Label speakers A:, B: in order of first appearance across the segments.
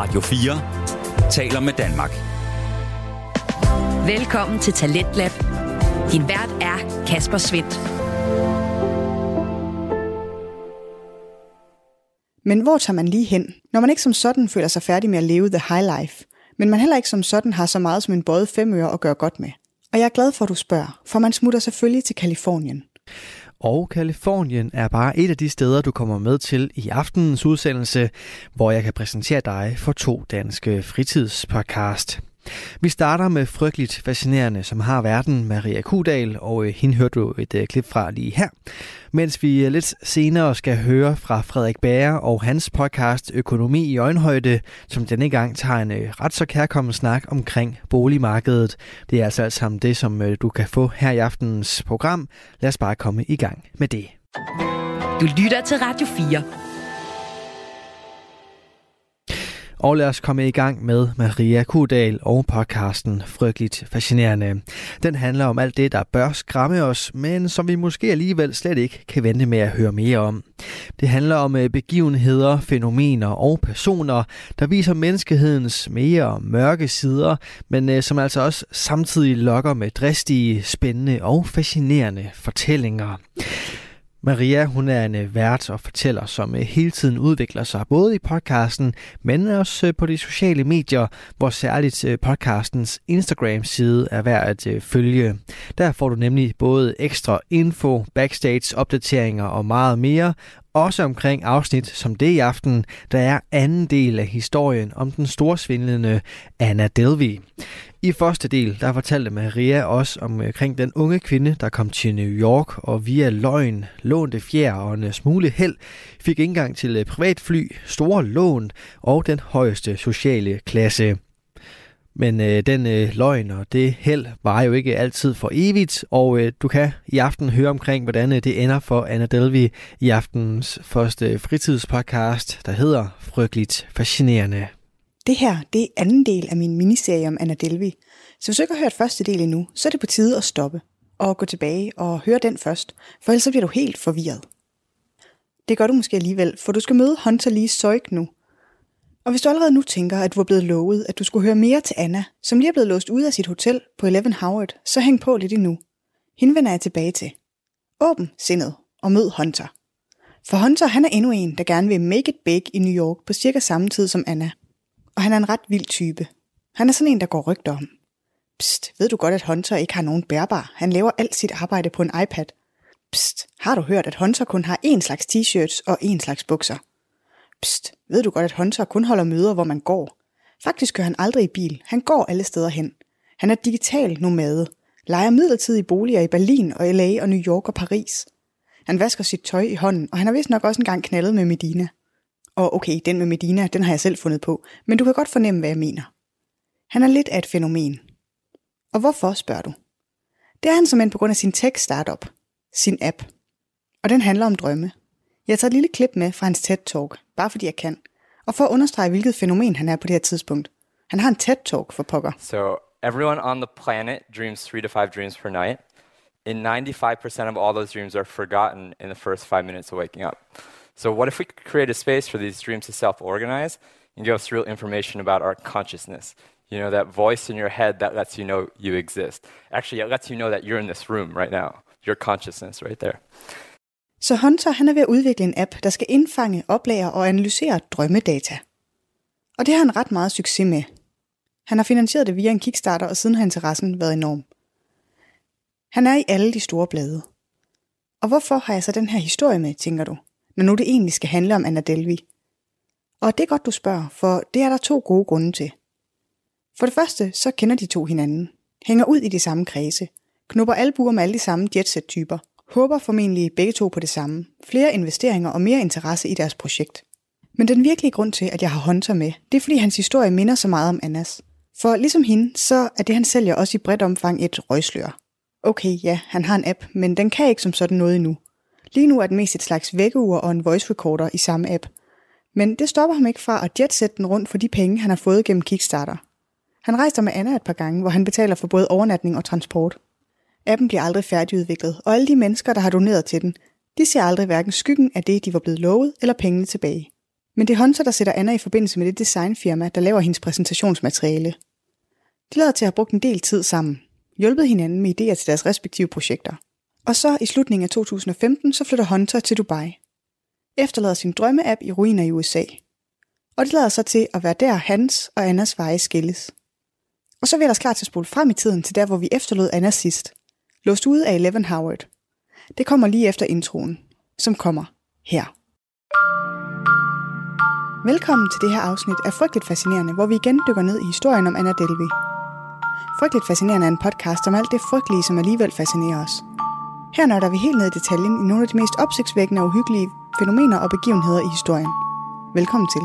A: Radio 4 taler med Danmark.
B: Velkommen til Talentlab. Din vært er Kasper Svindt.
C: Men hvor tager man lige hen, når man ikke som sådan føler sig færdig med at leve the high life, men man heller ikke som sådan har så meget som en bøjet 5 øre at gøre godt med? Og jeg er glad for, at du spørger, for man smutter selvfølgelig til Californien.
D: Og Californien er bare et af de steder, du kommer med til i aftenens udsendelse, hvor jeg kan præsentere dig for 2 danske fritidspodcast. Vi starter med Frygteligt Fascinerende, som har verden Maria Kudal, og hende hørte du et klip fra lige her. Mens vi lidt senere skal høre fra Frederik Bager og hans podcast Økonomi i øjenhøjde, som denne gang tager en ret så kærkommen snak omkring boligmarkedet. Det er altså alt sammen det, som du kan få her i aftenens program. Lad os bare komme i gang med det.
B: Du lytter til Radio 4.
D: Og lad os komme i gang med Maria Kudal og podcasten Frygteligt Fascinerende. Den handler om alt det, der bør skræmme os, men som vi måske alligevel slet ikke kan vente med at høre mere om. Det handler om begivenheder, fænomener og personer, der viser menneskehedens mere mørke sider, men som altså også samtidig lokker med dristige, spændende og fascinerende fortællinger. Maria, hun er en vært og fortæller, som hele tiden udvikler sig, både i podcasten, men også på de sociale medier, hvor særligt podcastens Instagram-side er værd at følge. Der får du nemlig både ekstra info, backstage-opdateringer og meget mere, også omkring afsnit som det i aften, der er anden del af historien om den storsvindlende Anna Delvey. I første del, der fortalte Maria også omkring den unge kvinde, der kom til New York og via løgn, lånte fjer og en smule held, fik indgang til privatfly, store lån og den højeste sociale klasse. Men den løgn og det held var jo ikke altid for evigt, og du kan i aften høre omkring, hvordan det ender for Anna Delvey i aftenens første fritidspodcast, der hedder Frygteligt Fascinerende.
C: Det her, det er anden del af min miniserie om Anna Delvey. Så hvis du ikke har hørt første del endnu, så er det på tide at stoppe og gå tilbage og høre den først, for ellers bliver du helt forvirret. Det gør du måske alligevel, for du skal møde Hunter Lee Soik nu. Og hvis du allerede nu tænker, at du var blevet lovet, at du skulle høre mere til Anna, som lige er blevet låst ud af sit hotel på 11 Howard, så hæng på lidt endnu. Hende vender jeg tilbage til. Åbn sindet og mød Hunter. For Hunter, han er endnu en, der gerne vil make it big i New York på cirka samme tid som Anna. Og han er en ret vild type. Han er sådan en, der går rygter om. Psst, ved du godt, at Hunter ikke har nogen bærbar? Han laver alt sit arbejde på en iPad. Psst, har du hørt, at Hunter kun har én slags t-shirts og én slags bukser? Psst, ved du godt, at Hunter kun holder møder, hvor man går? Faktisk kører han aldrig i bil. Han går alle steder hen. Han er digital nomade. Lejer midlertidige boliger i Berlin og LA og New York og Paris. Han vasker sit tøj i hånden, og han har vist nok også engang knaldet med Medina. Og okay, den med Medina, den har jeg selv fundet på, men du kan godt fornemme, hvad jeg mener. Han er lidt af et fænomen. Og hvorfor, spørger du? Det er han simpelthen på grund af sin tech-startup, sin app. Og den handler om drømme. Jeg tager et lille klip med fra hans TED-talk, bare fordi jeg kan, og for at understrege, hvilket fænomen han er på det her tidspunkt. Han har en TED-talk for pokker.
E: So everyone on the planet dreams 3 to 5 dreams per night. And 95% of all those dreams are forgotten in the first 5 minutes of waking up. So what if we could create a space for these dreams to self-organize and give us real information about our consciousness? You know, that voice in your head that lets you know you exist. Actually, it lets you know that you're in this room right now. Your consciousness right there.
C: Så Hunter, han er ved at udvikle en app, der skal indfange, oplagre og analysere drømmedata. Og det har han ret meget succes med. Han har finansieret det via en Kickstarter, og siden har interessen været enorm. Han er i alle de store blade. Og hvorfor har jeg så den her historie med, tænker du, når nu det egentlig skal handle om Anna Delvey? Og det er godt, du spørger, for det er der 2 gode grunde til. For det første, så kender de 2 hinanden, hænger ud i de samme kredse, knupper albuer med alle de samme jetset-typer, håber formentlig begge 2 på det samme, flere investeringer og mere interesse i deres projekt. Men den virkelige grund til, at jeg har Hunter med, det er fordi hans historie minder så meget om Annas. For ligesom hende, så er det han sælger også i bredt omfang et røgslør. Okay, ja, han har en app, men den kan ikke som sådan noget endnu. Lige nu er den mest et slags vækkeur og en voice recorder i samme app. Men det stopper ham ikke fra at jetsætte den rundt for de penge, han har fået gennem Kickstarter. Han rejser med Anna et par gange, hvor han betaler for både overnatning og transport. Appen bliver aldrig færdigudviklet, og alle de mennesker, der har doneret til den, de ser aldrig hverken skyggen af det, de var blevet lovet, eller pengene tilbage. Men det er Hunter, der sætter Anna i forbindelse med det designfirma, der laver hendes præsentationsmateriale. De lader til at have brugt en del tid sammen, hjulpet hinanden med idéer til deres respektive projekter. Og så i slutningen af 2015, så flytter Hunter til Dubai. Efterlader sin drømmeapp i ruiner i USA. Og det lader sig til at være der hans og Annas veje skilles. Og så er vi ellers klar til at spole frem i tiden til der, hvor vi efterlod Anna sidst. Låst ude af 11 Howard. Det kommer lige efter introen, som kommer her. Velkommen til det her afsnit af Frygteligt Fascinerende, hvor vi igen dykker ned i historien om Anna Delvey. Frygteligt Fascinerende er en podcast om alt det frygtelige, som alligevel fascinerer os. Her nørder vi helt ned i detaljen i nogle af de mest opsigtsvækkende og uhyggelige fænomener og begivenheder i historien. Velkommen til.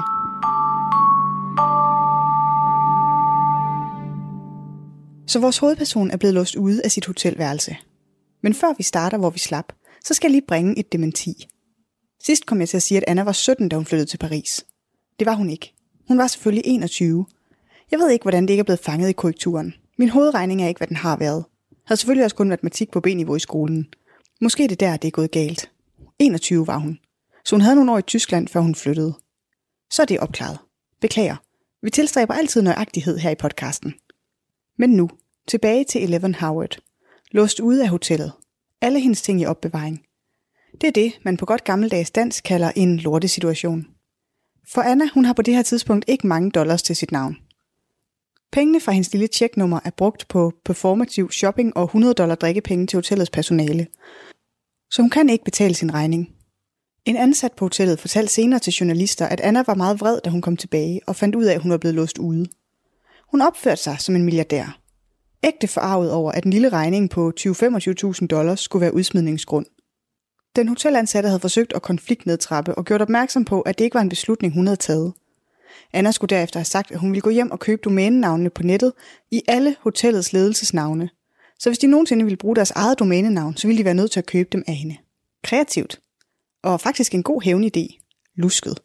C: Så vores hovedperson er blevet låst ude af sit hotelværelse. Men før vi starter, hvor vi slap, så skal jeg lige bringe et dementi. Sidst kom jeg til at sige, at Anna var 17, da hun flyttede til Paris. Det var hun ikke. Hun var selvfølgelig 21. Jeg ved ikke, hvordan det ikke er blevet fanget i korrekturen. Min hovedregning er ikke, hvad den har været. Havde selvfølgelig også kun matematik på B-niveau i skolen. Måske er det der, det er gået galt. 21 var hun. Så hun havde nogle år i Tyskland, før hun flyttede. Så er det opklaret. Beklager. Vi tilstræber altid nøjagtighed her i podcasten. Men nu, tilbage til 11 Howard. Låst ude af hotellet. Alle hendes ting i opbevaring. Det er det, man på godt gammeldags dansk kalder en lortesituation. For Anna, hun har på det her tidspunkt ikke mange dollars til sit navn. Pengene fra hendes lille tjeknummer er brugt på performativ shopping og $100 drikkepenge til hotellets personale. Så hun kan ikke betale sin regning. En ansat på hotellet fortalte senere til journalister, at Anna var meget vred, da hun kom tilbage og fandt ud af, at hun var blevet låst ude. Hun opførte sig som en milliardær. Ægte forarvet over, at en lille regning på $20-25.000 skulle være udsmidningsgrund. Den hotelansatte havde forsøgt at konfliktnedtrappe og gjort opmærksom på, at det ikke var en beslutning, hun havde taget. Anna skulle derefter have sagt, at hun ville gå hjem og købe domænenavnene på nettet i alle hotellets ledelsesnavne. Så hvis de nogensinde ville bruge deres eget domænenavn, så ville de være nødt til at købe dem af hende. Kreativt. Og faktisk en god hævnidé. Lusket.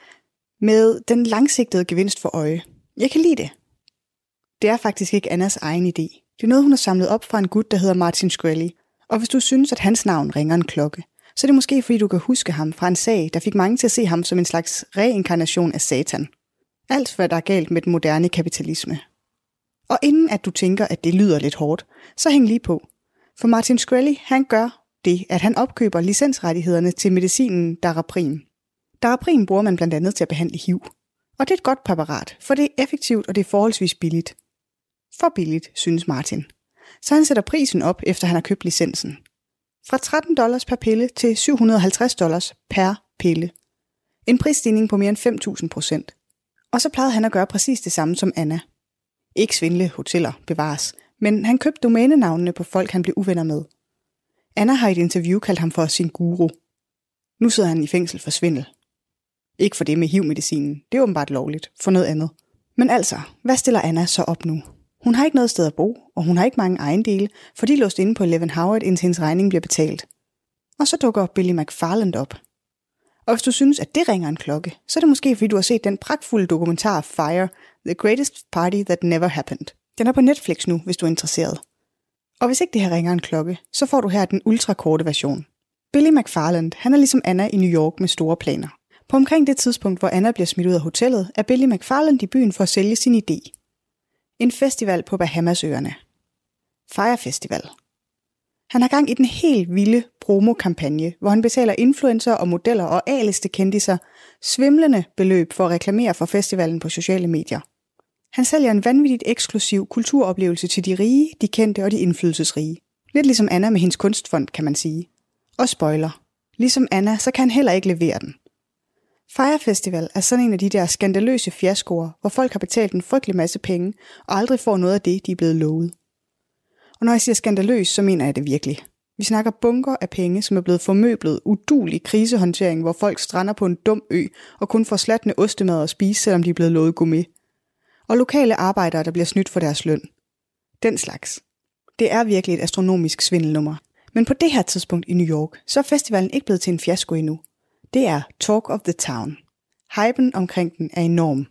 C: Med den langsigtede gevinst for øje. Jeg kan lide det. Det er faktisk ikke Annas egen idé. Det er noget, hun har samlet op fra en gut, der hedder Martin Shkreli. Og hvis du synes, at hans navn ringer en klokke, så er det måske fordi, du kan huske ham fra en sag, der fik mange til at se ham som en slags reinkarnation af Satan. Alt, hvad der er galt med den moderne kapitalisme. Og inden at du tænker, at det lyder lidt hårdt, så hæng lige på. For Martin Shkreli, han gør det, at han opkøber licensrettighederne til medicinen Daraprim. Daraprim bruger man blandt andet til at behandle HIV. Og det er et godt præparat, for det er effektivt, og det er forholdsvis billigt. For billigt, synes Martin. Så han sætter prisen op, efter han har købt licensen. Fra $13 per pille til $750 per pille. En prisstigning på mere end 5.000%. Og så plejede han at gøre præcis det samme som Anna. Ikke svindle hoteller, bevares, men han købte domænenavnene på folk, han blev uvenner med. Anna har i et interview kaldt ham for sin guru. Nu sidder han i fængsel for svindel. Ikke for det med HIV-medicinen, det er åbenbart lovligt, for noget andet. Men altså, hvad stiller Anna så op nu? Hun har ikke noget sted at bo, og hun har ikke mange ejendele, for de er låst inde på 11 Howard, indtil hendes regning bliver betalt. Og så dukker Billy McFarland op. Og hvis du synes, at det ringer en klokke, så er det måske, fordi du har set den pragtfulde dokumentar Fire, The Greatest Party That Never Happened. Den er på Netflix nu, hvis du er interesseret. Og hvis ikke det her ringer en klokke, så får du her den ultrakorte version. Billy McFarland, han er ligesom Anna i New York med store planer. På omkring det tidspunkt, hvor Anna bliver smidt ud af hotellet, er Billy McFarland i byen for at sælge sin idé. En festival på Bahamasøerne. Fire Festival. Han har gang i den helt vilde promokampagne, hvor han betaler influencer og modeller og A-liste kendiser svimlende beløb for at reklamere for festivalen på sociale medier. Han sælger en vanvittigt eksklusiv kulturoplevelse til de rige, de kendte og de indflydelsesrige. Lidt ligesom Anna med hendes kunstfond, kan man sige. Og spoiler. Ligesom Anna, så kan han heller ikke levere den. Fire Festival er sådan en af de der skandaløse fiaskoer, hvor folk har betalt en frygtelig masse penge og aldrig får noget af det, de er blevet lovet. Og når jeg siger skandaløs, så mener jeg det virkelig. Vi snakker bunker af penge, som er blevet formøblet uduelig krisehåndtering, hvor folk strander på en dum ø og kun får slatne ostemad at spise, selvom de er blevet lovet gourmet. Og lokale arbejdere, der bliver snydt for deres løn. Den slags. Det er virkelig et astronomisk svindelnummer. Men på det her tidspunkt i New York, så er festivalen ikke blevet til en fiasko endnu. Det er Talk of the Town. Hypen omkring den er enorm.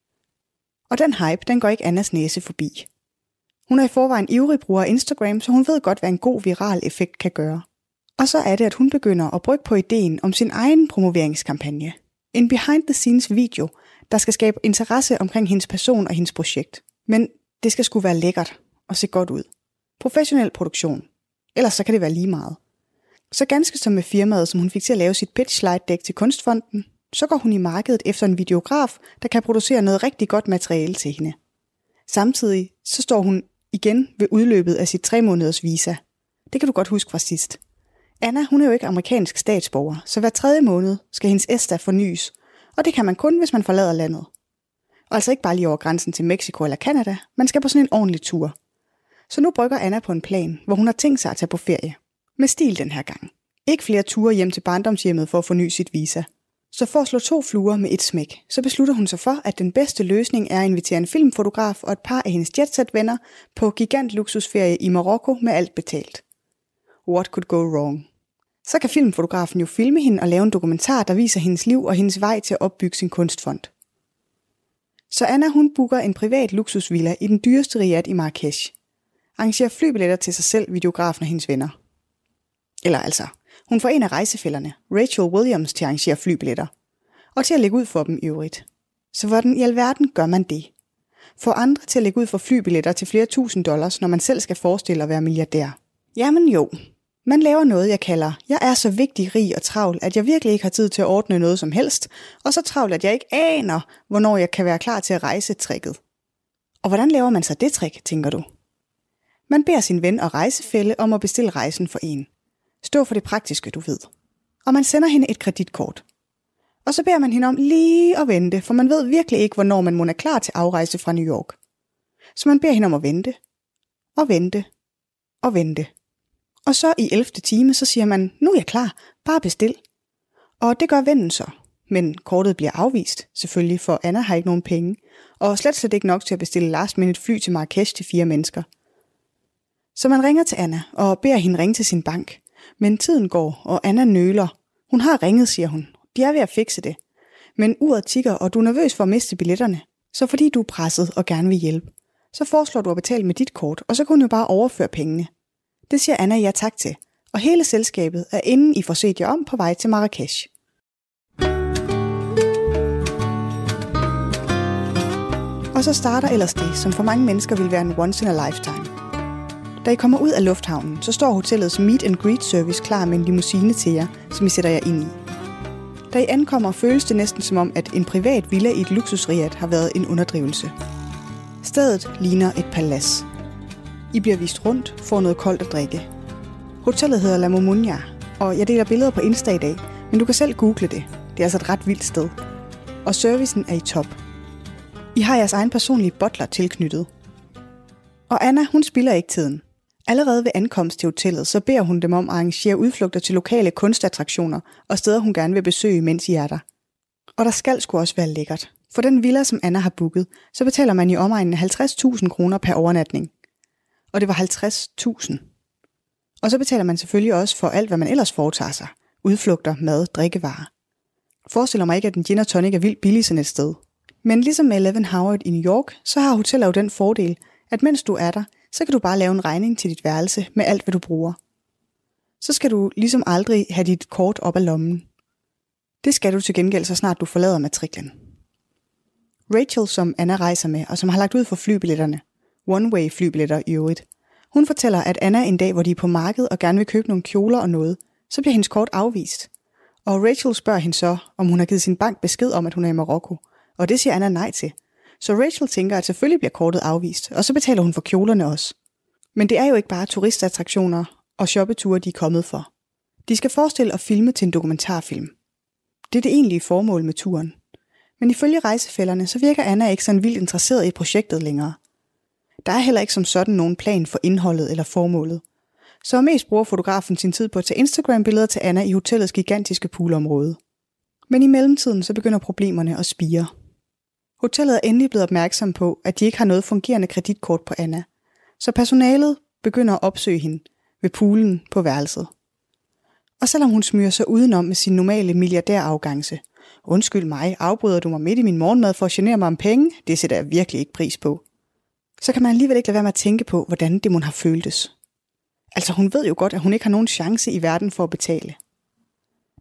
C: Og den hype, den går ikke Annas næse forbi. Hun er i forvejen ivrig bruger af Instagram, så hun ved godt, hvad en god viral effekt kan gøre. Og så er det, at hun begynder at brygge på ideen om sin egen promoveringskampagne. En behind-the-scenes video, der skal skabe interesse omkring hendes person og hendes projekt. Men det skal sgu være lækkert og se godt ud. Professionel produktion. Ellers så kan det være lige meget. Så ganske som med firmaet, som hun fik til at lave sit pitch slide deck til Kunstfonden, så går hun i markedet efter en videograf, der kan producere noget rigtig godt materiale til hende. Samtidig så står hun igen ved udløbet af sit 3 måneders visa. Det kan du godt huske fra sidst. Anna, hun er jo ikke amerikansk statsborger, så hver 3. måned skal hendes ESTA fornyes, og det kan man kun, hvis man forlader landet. Og altså ikke bare lige over grænsen til Mexico eller Canada, man skal på sådan en ordentlig tur. Så nu brygger Anna på en plan, hvor hun har tænkt sig at tage på ferie. Med stil den her gang. Ikke flere ture hjem til barndomshjemmet for at forny sit visa. Så for at slå 2 fluer med et smæk, så beslutter hun sig for, at den bedste løsning er at invitere en filmfotograf og et par af hendes jetset-venner på gigant luksusferie i Marokko med alt betalt. What could go wrong? Så kan filmfotografen jo filme hende og lave en dokumentar, der viser hendes liv og hendes vej til at opbygge sin kunstfond. Så Anna, hun booker en privat luksusvilla i den dyreste riad i Marrakesh. Arrangerer flybilletter til sig selv, videografen og hendes venner. Eller altså, hun får en af rejsefællerne, Rachel Williams, til at arrangere flybilletter. Og til at lægge ud for dem i øvrigt. Så hvordan i alverden gør man det? Får andre til at lægge ud for flybilletter til flere $1000, når man selv skal forestille at være milliardær? Jamen jo. Man laver noget, jeg kalder, jeg er så vigtig, rig og travl, at jeg virkelig ikke har tid til at ordne noget som helst, og så travl, at jeg ikke aner, hvornår jeg kan være klar til at rejse tricket. Og hvordan laver man så det trick, tænker du? Man beder sin ven og rejsefælle om at bestille rejsen for en. Stå for det praktiske, du ved. Og man sender hende et kreditkort. Og så beder man hende om lige at vente, for man ved virkelig ikke, hvornår man må er klar til afrejse fra New York. Så man beder hende om at vente, og vente, og vente. Og så i 11. time, så siger man, nu er jeg klar, bare bestil. Og det gør vennen så. Men kortet bliver afvist, selvfølgelig, for Anna har ikke nogen penge. Og slet ikke nok til at bestille last minute fly til Marrakesh til 4 mennesker. Så man ringer til Anna og beder hende ringe til sin bank. Men tiden går, og Anna nøler. Hun har ringet, siger hun. De er ved at fikse det. Men uret tikker, og du er nervøs for at miste billetterne. Så fordi du er presset og gerne vil hjælpe, så foreslår du at betale med dit kort, og så kan hun jo bare overføre pengene. Det siger Anna ja tak til, og hele selskabet er inden I får set jer om på vej til Marrakesh. Og så starter ellers det, som for mange mennesker vil være en once in a lifetime. Da I kommer ud af lufthavnen, så står hotellets meet and greet service klar med en limousine til jer, som I sætter jer ind i. Da I ankommer, føles det næsten som om, at en privat villa i et luksusriad har været en underdrivelse. Stedet ligner et palads. I bliver vist rundt, får noget koldt at drikke. Hotellet hedder La Momunia, og jeg deler billeder på Insta i dag, men du kan selv google det. Det er altså et ret vildt sted. Og servicen er i top. I har jeres egen personlige butler tilknyttet. Og Anna, hun spilder ikke tiden. Allerede ved ankomst til hotellet, så beder hun dem om at arrangere udflugter til lokale kunstattraktioner og steder, hun gerne vil besøge, mens I er der. Og der skal sgu også være lækkert. For den villa, som Anna har booket, så betaler man i omegnen 50.000 kroner per overnatning. Og det var 50.000. Og så betaler man selvfølgelig også for alt, hvad man ellers foretager sig. Udflugter, mad, drikkevarer. Forestiller mig ikke, at en gin og tonic er vildt billig sådan et sted. Men ligesom med 11 Howard i New York, så har hoteller jo den fordel, at mens du er der, så kan du bare lave en regning til dit værelse med alt, hvad du bruger. Så skal du ligesom aldrig have dit kort op af lommen. Det skal du til gengæld, så snart du forlader matriklen. Rachel, som Anna rejser med, og som har lagt ud for flybilletterne, one-way flybilletter i øvrigt, hun fortæller, at Anna en dag, hvor de er på markedet og gerne vil købe nogle kjoler og noget, så bliver hendes kort afvist. Og Rachel spørger hende så, om hun har givet sin bank besked om, at hun er i Marokko. Og det siger Anna nej til. Så Rachel tænker, at selvfølgelig bliver kortet afvist, og så betaler hun for kjolerne også. Men det er jo ikke bare turistattraktioner og shoppeture, de er kommet for. De skal forestille at filme til en dokumentarfilm. Det er det egentlige formål med turen. Men ifølge rejsefællerne, så virker Anna ikke sådan vildt interesseret i projektet længere. Der er heller ikke som sådan nogen plan for indholdet eller formålet. Så mest bruger fotografen sin tid på at tage Instagram-billeder til Anna i hotellets gigantiske poolområde. Men i mellemtiden så begynder problemerne at spire. Hotellet er endelig blevet opmærksom på, at de ikke har noget fungerende kreditkort på Anna. Så personalet begynder at opsøge hende ved poolen på værelset. Og selvom hun smyrer sig udenom med sin normale milliardærarrogance, undskyld mig, afbryder du mig midt i min morgenmad for at genere mig om penge? Det sætter jeg virkelig ikke pris på. Så kan man alligevel ikke lade være med at tænke på, hvordan det må have føltes. Altså hun ved jo godt, at hun ikke har nogen chance i verden for at betale.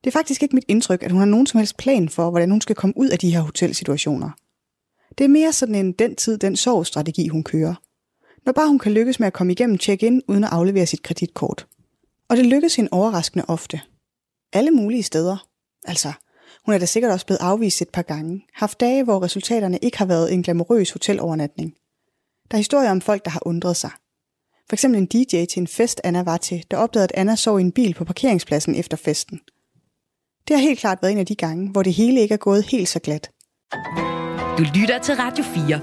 C: Det er faktisk ikke mit indtryk, at hun har nogen som helst plan for, hvordan hun skal komme ud af de her hotelsituationer. Det er mere sådan en den tid, den sov-strategi, hun kører. Når bare hun kan lykkes med at komme igennem check-in, uden at aflevere sit kreditkort. Og det lykkes hende overraskende ofte. Alle mulige steder. Altså, hun er da sikkert også blevet afvist et par gange. Haft dage, hvor resultaterne ikke har været en glamourøs hotelovernatning. Der er historier om folk, der har undret sig. For eksempel en DJ til en fest, Anna var til, der opdagede, at Anna sov i en bil på parkeringspladsen efter festen. Det har helt klart været en af de gange, hvor det hele ikke er gået helt så glat.
B: Du lytter til Radio 4.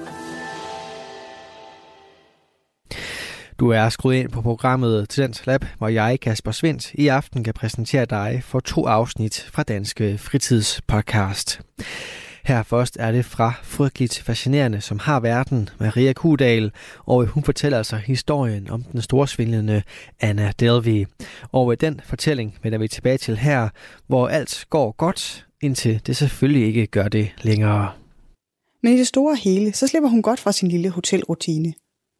D: Du er skruet ind på programmet Tidens Lab, hvor jeg, Kasper Svendt, i aften kan præsentere dig for 2 afsnit fra Danske Fritidspodcast. Her først er det fra Frygteligt Fascinerende, som har verden, Maria Kudal, og hun fortæller altså historien om den storsvindlende Anna Delvey. Og den fortælling vender vi tilbage til her, hvor alt går godt, indtil det selvfølgelig ikke gør det længere.
C: Men i det store hele, så slipper hun godt fra sin lille hotelrutine.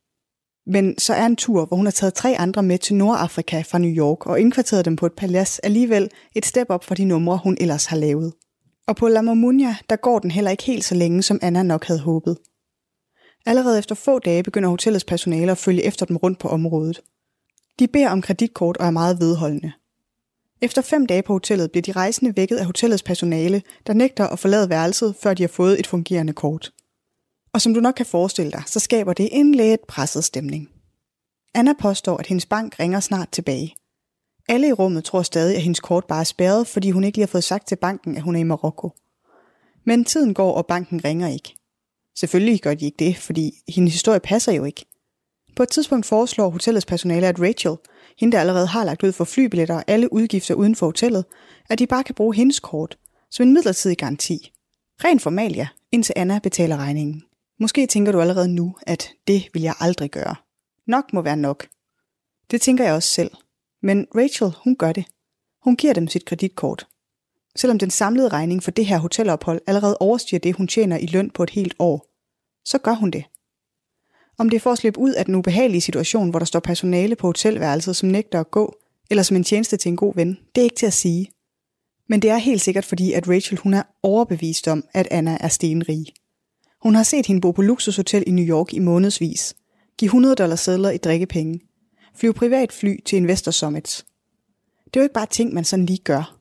C: Men så er en tur, hvor hun har taget 3 andre med til Nordafrika fra New York og indkvarteret dem på et palads, alligevel et step op fra de numre, hun ellers har lavet. Og på La Momunia, der går den heller ikke helt så længe, som Anna nok havde håbet. Allerede efter få dage begynder hotellets personale at følge efter dem rundt på området. De beder om kreditkort og er meget vedholdende. Efter 5 dage på hotellet bliver de rejsende vækket af hotellets personale, der nægter at forlade værelset, før de har fået et fungerende kort. Og som du nok kan forestille dig, så skaber det en let presset stemning. Anna påstår, at hendes bank ringer snart tilbage. Alle i rummet tror stadig, at hendes kort bare er spærret, fordi hun ikke lige har fået sagt til banken, at hun er i Marokko. Men tiden går, og banken ringer ikke. Selvfølgelig gør de ikke det, fordi hendes historie passer jo ikke. På et tidspunkt foreslår hotellets personale, at Rachel, hende der allerede har lagt ud for flybilletter og alle udgifter uden for hotellet, at de bare kan bruge hendes kort som en midlertidig garanti. Ren formalia, indtil Anna betaler regningen. Måske tænker du allerede nu, at det vil jeg aldrig gøre. Nok må være nok. Det tænker jeg også selv. Men Rachel, hun gør det. Hun giver dem sit kreditkort. Selvom den samlede regning for det her hotelophold allerede overstiger det, hun tjener i løn på et helt år, så gør hun det. Om det er for at slippe ud af den ubehagelige situation, hvor der står personale på hotelværelset, som nægter at gå, eller som en tjeneste til en god ven, det er ikke til at sige. Men det er helt sikkert fordi, at Rachel hun er overbevist om, at Anna er stenrig. Hun har set hende bo på luksushotel i New York i månedsvis, give $100 sedler i drikkepenge, flyve privatfly til Investor Summits. Det er jo ikke bare ting, man sådan lige gør.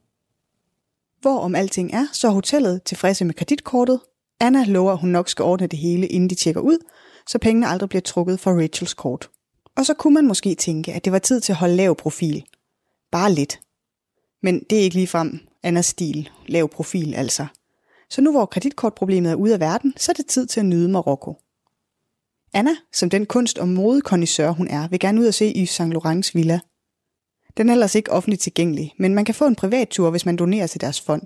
C: Hvor om alting er, så er hotellet tilfredse med kreditkortet. Anna lover, at hun nok skal ordne det hele, inden de tjekker ud, så pengene aldrig bliver trukket fra Rachels kort. Og så kunne man måske tænke, at det var tid til at holde lav profil. Bare lidt. Men det er ikke ligefrem Annas stil, lav profil altså. Så nu hvor kreditkortproblemet er ude af verden, så er det tid til at nyde Marokko. Anna, som den kunst- og modekondisseur hun er, vil gerne ud og se Yves Saint Laurents villa. Den er ellers ikke offentligt tilgængelig, men man kan få en privattur, hvis man donerer til deres fond.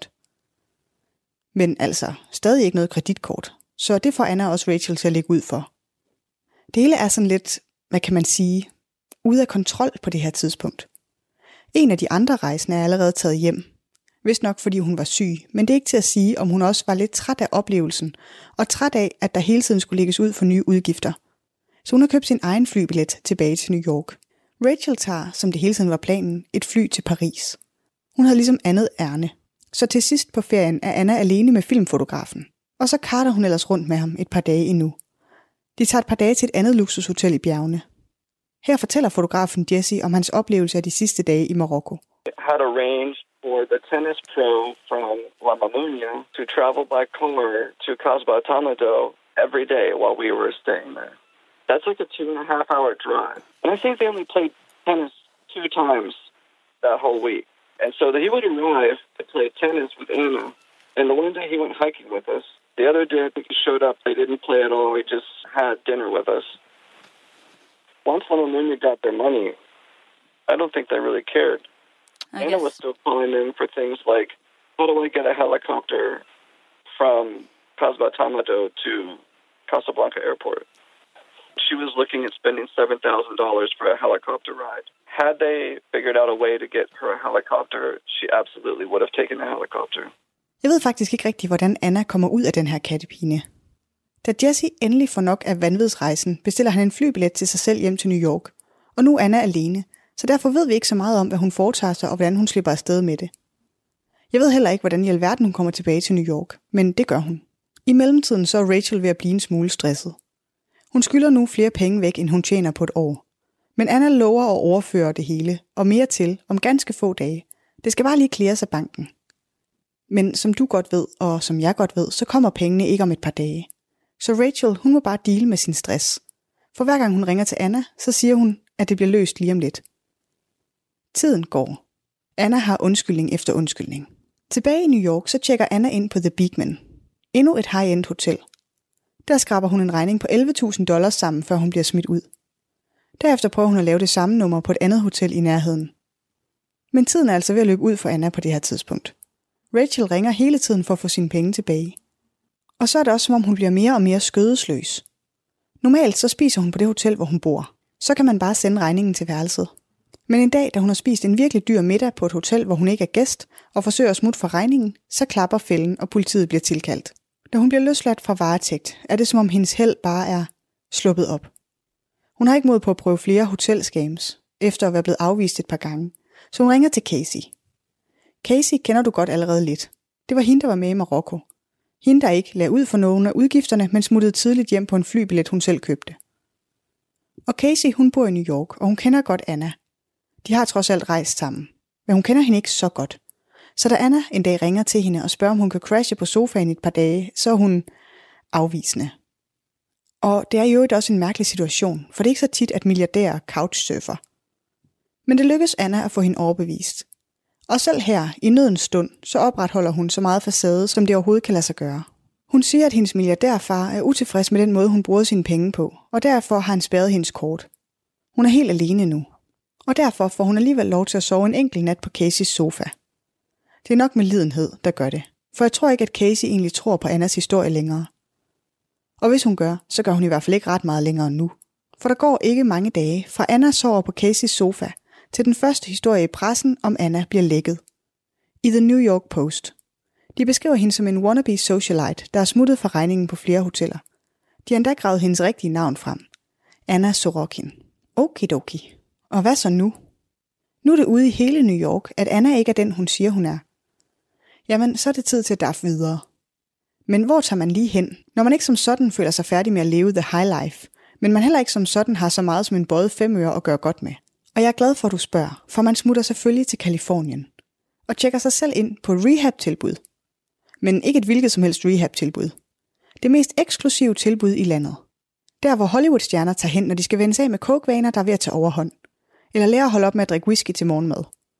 C: Men altså, stadig ikke noget kreditkort, så det får Anna også Rachel til at lægge ud for. Det hele er sådan lidt, hvad kan man sige, ude af kontrol på det her tidspunkt. En af de andre rejsende er allerede taget hjem. Vist nok fordi hun var syg, men det er ikke til at sige, om hun også var lidt træt af oplevelsen, og træt af, at der hele tiden skulle lægges ud for nye udgifter. Så hun har købt sin egen flybillet tilbage til New York. Rachel tager, som det hele tiden var planen, et fly til Paris. Hun havde ligesom andet ærne. Så til sidst på ferien er Anna alene med filmfotografen, og så karter hun ellers rundt med ham et par dage endnu. De tager et par dage til et andet luksushotel i bjergene. Her fortæller fotografen Jesse om hans oplevelse af de sidste dage i Marokko.
F: Had arranged for the tennis pro from La Momunia to travel by car to Casbah Tamado every day while we were staying there. That's like a 2.5-hour drive. And I think they only played tennis 2 times that whole week. And so he would arrive to play tennis with Anna. And the one day he went hiking with us. The other day he showed up, they didn't play at all. He just had dinner with us. Once La Momunia got their money, I don't think they really cared. Anna was still calling in for things like, how do I get a helicopter from Casbah Tamado to Casablanca Airport? She was looking at spending $7,000 for a helicopter ride. Had they figured out a way to get her a helicopter, she absolutely would have taken a helicopter.
C: Jeg ved faktisk ikke rigtig, hvordan Anna kommer ud af den her kattepine. Da Jesse endelig får nok af vanvidsrejsen, bestiller han en flybillet til sig selv hjem til New York. Og nu er Anna alene, så derfor ved vi ikke så meget om, hvad hun foretager sig og hvordan hun slipper afsted med det. Jeg ved heller ikke, hvordan i alverden hun kommer tilbage til New York, men det gør hun. I mellemtiden så er Rachel ved at blive en smule stresset. Hun skylder nu flere penge væk, end hun tjener på et år. Men Anna lover at overføre det hele, og mere til, om ganske få dage. Det skal bare lige cleares af banken. Men som du godt ved, og som jeg godt ved, så kommer pengene ikke om et par dage. Så Rachel, hun må bare deale med sin stress. For hver gang hun ringer til Anna, så siger hun, at det bliver løst lige om lidt. Tiden går. Anna har undskyldning efter undskyldning. Tilbage i New York, så tjekker Anna ind på The Beekman. Endnu et high-end hotel. Der skraber hun en regning på $11,000 sammen, før hun bliver smidt ud. Derefter prøver hun at lave det samme nummer på et andet hotel i nærheden. Men tiden er altså ved at løbe ud for Anna på det her tidspunkt. Rachel ringer hele tiden for at få sine penge tilbage. Og så er det også som om hun bliver mere og mere skødesløs. Normalt så spiser hun på det hotel, hvor hun bor. Så kan man bare sende regningen til værelset. Men en dag, da hun har spist en virkelig dyr middag på et hotel, hvor hun ikke er gæst, og forsøger at smutte for regningen, så klapper fælden, og politiet bliver tilkaldt. Da hun bliver løsladt fra varetægt, er det som om hendes held bare er sluppet op. Hun har ikke mod på at prøve flere hotelscams, efter at være blevet afvist et par gange, så hun ringer til Casey. Casey kender du godt allerede lidt. Det var hende, der var med i Marokko. Hende, der ikke lagde ud for nogen af udgifterne, men smuttede tidligt hjem på en flybillet, hun selv købte. Og Casey, hun bor i New York, og hun kender godt Anna. De har trods alt rejst sammen, men hun kender hende ikke så godt. Så da Anna en dag ringer til hende og spørger, om hun kan crashe på sofaen et par dage, så er hun afvisende. Og det er jo også en mærkelig situation, for det er ikke så tit, at milliardærer couchsurfer. Men det lykkes Anna at få hende overbevist. Og selv her, i nødens stund, så opretholder hun så meget facade, som det overhovedet kan lade sig gøre. Hun siger, at hendes milliardærfar er utilfreds med den måde, hun bruger sine penge på, og derfor har han spærret hendes kort. Hun er helt alene nu. Og derfor får hun alligevel lov til at sove en enkelt nat på Caseys sofa. Det er nok med lidenhed, der gør det. For jeg tror ikke, at Casey egentlig tror på Annas historie længere. Og hvis hun gør, så gør hun i hvert fald ikke ret meget længere nu. For der går ikke mange dage, fra Anna sover på Caseys sofa, til den første historie i pressen om Anna bliver lækket. I The New York Post. De beskriver hende som en wannabe socialite, der er smuttet fra regningen på flere hoteller. De har endda gravet hendes rigtige navn frem. Anna Sorokin. Okidoki. Og hvad så nu? Nu er det ude i hele New York, at Anna ikke er den, hun siger, hun er. Jamen, så er det tid til at daffe videre. Men hvor tager man lige hen, når man ikke som sådan føler sig færdig med at leve the high life, men man heller ikke som sådan har så meget som en bøjet 5 øre at gøre godt med? Og jeg er glad for, at du spørger, for man smutter selvfølgelig til Californien og tjekker sig selv ind på et rehab-tilbud. Men ikke et hvilket som helst rehab-tilbud. Det mest eksklusive tilbud i landet. Der, hvor Hollywood-stjerner tager hen, når de skal vende sig af med coke-vaner, der er ved at tage overhånd. Eller lære at holde op med at drikke whisky til morgenmad.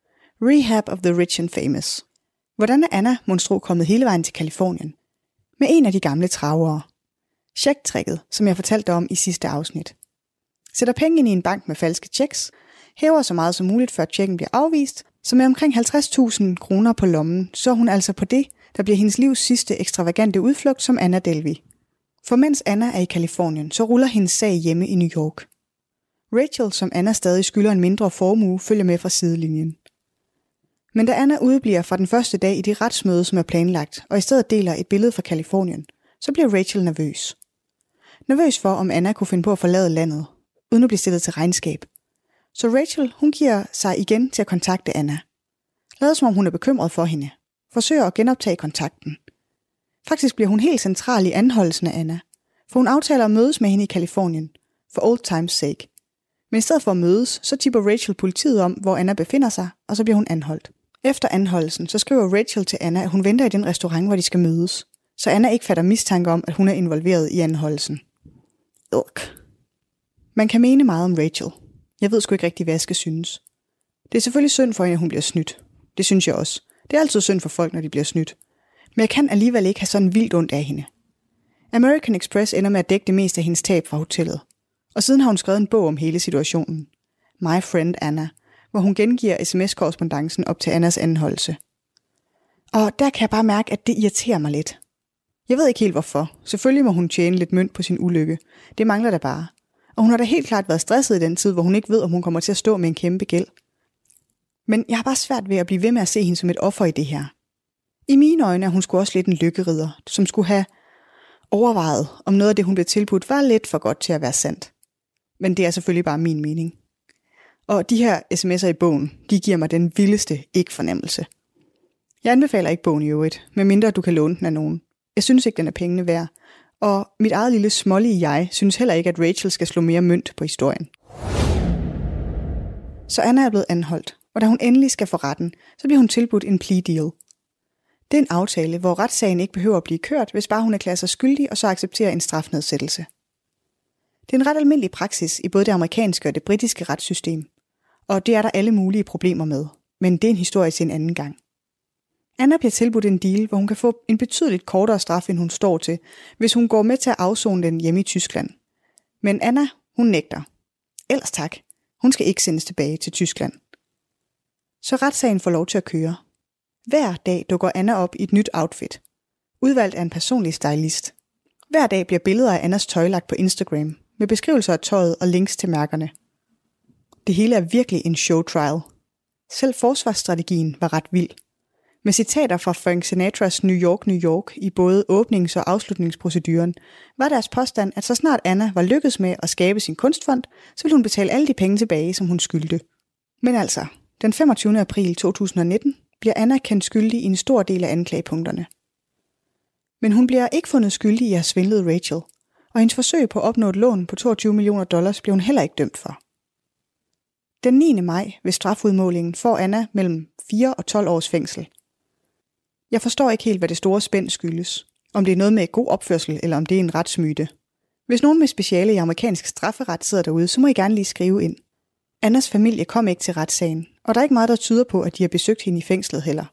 C: Rehab of the Rich and Famous. Hvordan er Anna monstro kommet hele vejen til Californien? Med en af de gamle travere. Check-tricket, som jeg fortalte om i sidste afsnit. Sætter penge ind i en bank med falske checks, hæver så meget som muligt, før checken bliver afvist, så med omkring 50.000 kroner på lommen, så er hun altså på det, der bliver hendes livs sidste ekstravagante udflugt som Anna Delvey. For mens Anna er i Californien, så ruller hendes sag hjemme i New York. Rachel, som Anna stadig skylder en mindre formue, følger med fra sidelinjen. Men da Anna udebliver fra den første dag i det retsmøde, som er planlagt, og i stedet deler et billede fra Californien, så bliver Rachel nervøs. Nervøs for, om Anna kunne finde på at forlade landet, uden at blive stillet til regnskab. Så Rachel, hun giver sig igen til at kontakte Anna. Lader som om hun er bekymret for hende. Forsøger at genoptage kontakten. Faktisk bliver hun helt central i anholdelsen af Anna, for hun aftaler at mødes med hende i Californien, for old times sake. Men i stedet for at mødes, så tipper Rachel politiet om, hvor Anna befinder sig, og så bliver hun anholdt. Efter anholdelsen, så skriver Rachel til Anna, at hun venter i den restaurant, hvor de skal mødes, så Anna ikke fatter mistanke om, at hun er involveret i anholdelsen. Man kan mene meget om Rachel. Jeg ved sgu ikke rigtig, hvad jeg skal synes. Det er selvfølgelig synd for hende, at hun bliver snydt. Det synes jeg også. Det er altid synd for folk, når de bliver snydt. Men jeg kan alligevel ikke have sådan vildt ondt af hende. American Express ender med at dække det meste af hendes tab fra hotellet. Og siden har hun skrevet en bog om hele situationen. My Friend Anna, hvor hun gengiver sms-korrespondancen op til Annas anholdelse. Og der kan jeg bare mærke, at det irriterer mig lidt. Jeg ved ikke helt hvorfor. Selvfølgelig må hun tjene lidt mønt på sin ulykke. Det mangler der bare. Og hun har da helt klart været stresset i den tid, hvor hun ikke ved, om hun kommer til at stå med en kæmpe gæld. Men jeg har bare svært ved at blive ved med at se hende som et offer i det her. I mine øjne er hun sgu også lidt en lykkerider, som skulle have overvejet, om noget af det, hun blev tilbudt, var lidt for godt til at være sandt. Men det er selvfølgelig bare min mening. Og de her sms'er i bogen, de giver mig den vildeste ikke-fornemmelse. Jeg anbefaler ikke bogen i øvrigt, medmindre du kan låne den af nogen. Jeg synes ikke, den er pengene værd. Og mit eget lille smålige jeg synes heller ikke, at Rachel skal slå mere mønt på historien. Så Anna er blevet anholdt, og da hun endelig skal for retten, så bliver hun tilbudt en plea deal. Det er en aftale, hvor retssagen ikke behøver at blive kørt, hvis bare hun erklærer sig skyldig og så accepterer en strafnedsættelse. Det er en ret almindelig praksis i både det amerikanske og det britiske retssystem, og det er der alle mulige problemer med, men det er en historie til en anden gang. Anna bliver tilbudt en deal, hvor hun kan få en betydeligt kortere straf, end hun står til, hvis hun går med til at afsone den hjemme i Tyskland. Men Anna, hun nægter. Ellers tak. Hun skal ikke sendes tilbage til Tyskland. Så retssagen får lov til at køre. Hver dag dukker Anna op i et nyt outfit. Udvalgt af en personlig stylist. Hver dag bliver billeder af Annas tøj lagt på Instagram, med beskrivelser af tøjet og links til mærkerne. Det hele er virkelig en show trial. Selv forsvarsstrategien var ret vild. Med citater fra Frank Sinatras New York, New York i både åbnings- og afslutningsproceduren, var deres påstand, at så snart Anna var lykkedes med at skabe sin kunstfond, så ville hun betale alle de penge tilbage, som hun skyldte. Men altså, den 25. april 2019 bliver Anna kendt skyldig i en stor del af anklagepunkterne. Men hun bliver ikke fundet skyldig i at have svindlet Rachel, og hendes forsøg på at opnå et lån på $22 millioner blev hun heller ikke dømt for. Den 9. maj ved strafudmålingen får Anna mellem 4 og 12 års fængsel. Jeg forstår ikke helt, hvad det store spænd skyldes. Om det er noget med god opførsel, eller om det er en retsmyte. Hvis nogen med speciale i amerikansk strafferet sidder derude, så må I gerne lige skrive ind. Annas familie kom ikke til retssagen, og der er ikke meget, der tyder på, at de har besøgt hende i fængslet heller.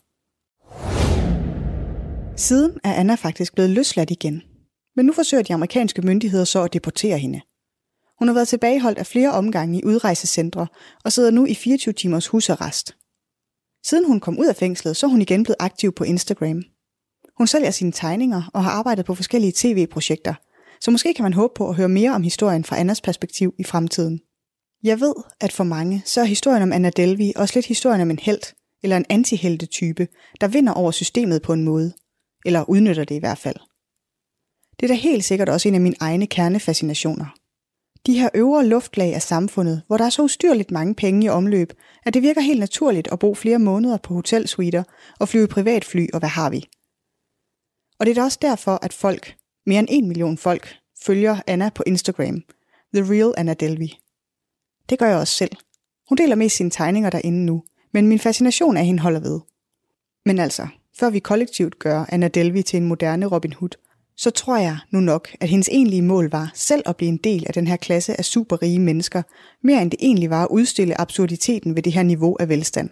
C: Siden er Anna faktisk blevet løsladt igen. Men nu forsøger de amerikanske myndigheder så at deportere hende. Hun har været tilbageholdt af flere omgange i udrejsecentre og sidder nu i 24 timers husarrest. Siden hun kom ud af fængslet, så er hun igen blevet aktiv på Instagram. Hun sælger sine tegninger og har arbejdet på forskellige tv-projekter, så måske kan man håbe på at høre mere om historien fra Annas perspektiv i fremtiden. Jeg ved, at for mange, så er historien om Anna Delvey også lidt historien om en helt, eller en antiheltetype, der vinder over systemet på en måde, eller udnytter det i hvert fald. Det er da helt sikkert også en af mine egne kernefascinationer. De her øvre luftlag af samfundet, hvor der er så ustyrligt mange penge i omløb, at det virker helt naturligt at bo flere måneder på hotelsuiter og flyve i privatfly, og hvad har vi? Og det er da også derfor, at folk, mere end 1 million folk, følger Anna på Instagram. The Real Anna Delvey. Det gør jeg også selv. Hun deler mest sine tegninger derinde nu, men min fascination af hende holder ved. Men altså, før vi kollektivt gør Anna Delvey til en moderne Robin Hood, så tror jeg nu nok, at hendes egentlige mål var selv at blive en del af den her klasse af superrige mennesker, mere end det egentlig var at udstille absurditeten ved det her niveau af velstand.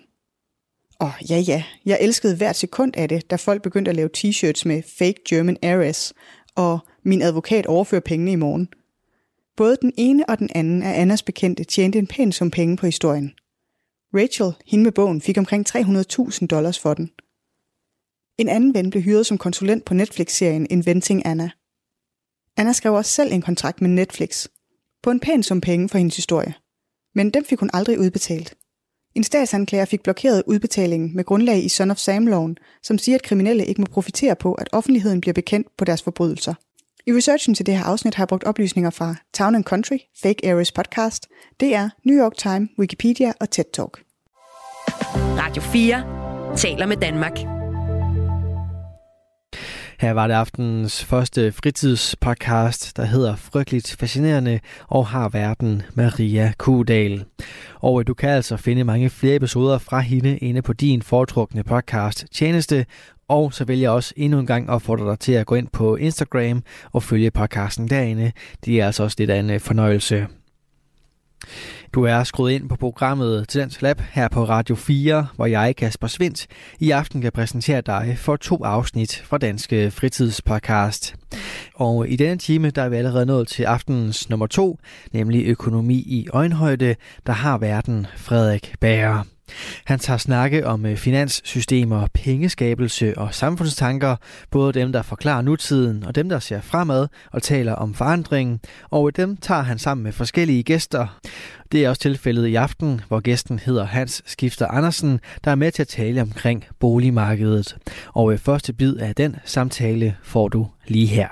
C: Og ja, jeg elskede hvert sekund af det, da folk begyndte at lave t-shirts med Fake German Heiress og Min advokat overfører pengene i morgen. Både den ene og den anden af Annas bekendte tjente en pæn sum penge på historien. Rachel, hende med bogen, fik omkring $300,000 for den. En anden ven blev hyret som konsulent på Netflix-serien Inventing Anna. Anna skrev også selv en kontrakt med Netflix, på en pæn sum penge for hendes historie. Men dem fik hun aldrig udbetalt. En statsanklager fik blokeret udbetalingen med grundlag i Son of Sam-loven, som siger, at kriminelle ikke må profitere på, at offentligheden bliver bekendt på deres forbrydelser. I researchen til det her afsnit har jeg brugt oplysninger fra Town & Country, Fake Heiress podcast, DR, New York Times, Wikipedia og TED Talk.
B: Radio 4 taler med Danmark.
D: Her var det aftenens første fritidspodcast, der hedder Frygteligt Fascinerende og har værten Maria Kuhdal. Og du kan altså finde mange flere episoder fra hende inde på din foretrukne podcast tjeneste. Og så vil jeg også endnu en gang opfordre dig til at gå ind på Instagram og følge podcasten derinde. Det er altså også lidt af en fornøjelse. Du er skruet ind på programmet Talent Lab her på Radio 4, hvor jeg, Kasper Svindt, i aften kan præsentere dig for 2 afsnit fra Danske Fritidspodcast. Og i denne time, der er vi allerede nået til aftenens nummer 2, nemlig Økonomi i øjenhøjde, der har værten Frederik Bager. Han tager snakke om finanssystemer, pengeskabelse og samfundstanker, både dem, der forklarer nutiden og dem, der ser fremad og taler om forandringen, og dem tager han sammen med forskellige gæster. Det er også tilfældet i aften, hvor gæsten hedder Hans Skifter Andersen, der er med til at tale omkring boligmarkedet. Og første bid af den samtale får du lige her.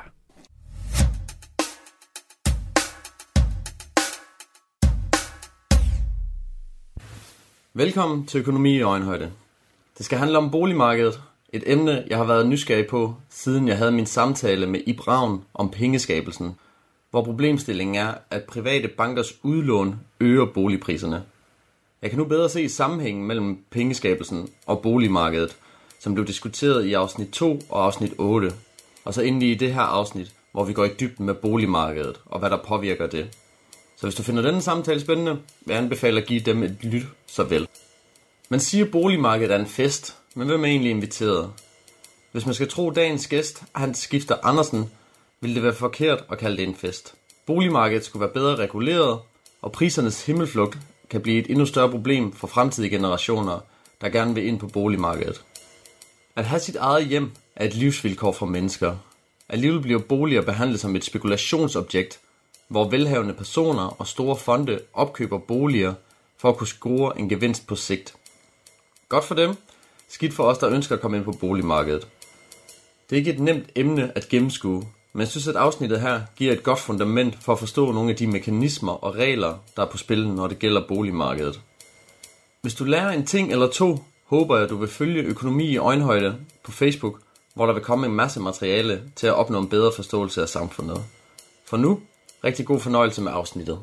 G: Velkommen til Økonomi i øjenhøjde. Det skal handle om boligmarkedet, Et emne, jeg har været nysgerrig på, siden jeg havde min samtale med Ib Ravn om pengeskabelsen, hvor problemstillingen er, at private bankers udlån øger boligpriserne. Jeg kan nu bedre se sammenhængen mellem pengeskabelsen og boligmarkedet, som blev diskuteret i afsnit 2 og afsnit 8, og så endelig i det her afsnit, hvor vi går i dybden med boligmarkedet og hvad der påvirker det. Så hvis du finder denne samtale spændende, vil jeg anbefale at give dem et lyt så vel. Man siger, at boligmarkedet er en fest, men hvem er egentlig inviteret? Hvis man skal tro dagens gæst, Hans Skifter Andersen, ville det være forkert at kalde det en fest. Boligmarkedet skulle være bedre reguleret, og prisernes himmelflugt kan blive et endnu større problem for fremtidige generationer, der gerne vil ind på boligmarkedet. At have sit eget hjem er et livsvilkår for mennesker. Alligevel bliver boliger behandlet som et spekulationsobjekt, hvor velhavende personer og store fonde opkøber boliger for at kunne score en gevinst på sigt. Godt for dem, skidt for os, der ønsker at komme ind på boligmarkedet. Det er ikke et nemt emne at gennemskue, men jeg synes, at afsnittet her giver et godt fundament for at forstå nogle af de mekanismer og regler, der er på spil, når det gælder boligmarkedet. Hvis du lærer en ting eller to, håber jeg, at du vil følge Økonomi i øjenhøjde på Facebook, hvor der vil komme en masse materiale til at opnå en bedre forståelse af samfundet. For nu, rigtig god fornøjelse med afsnittet.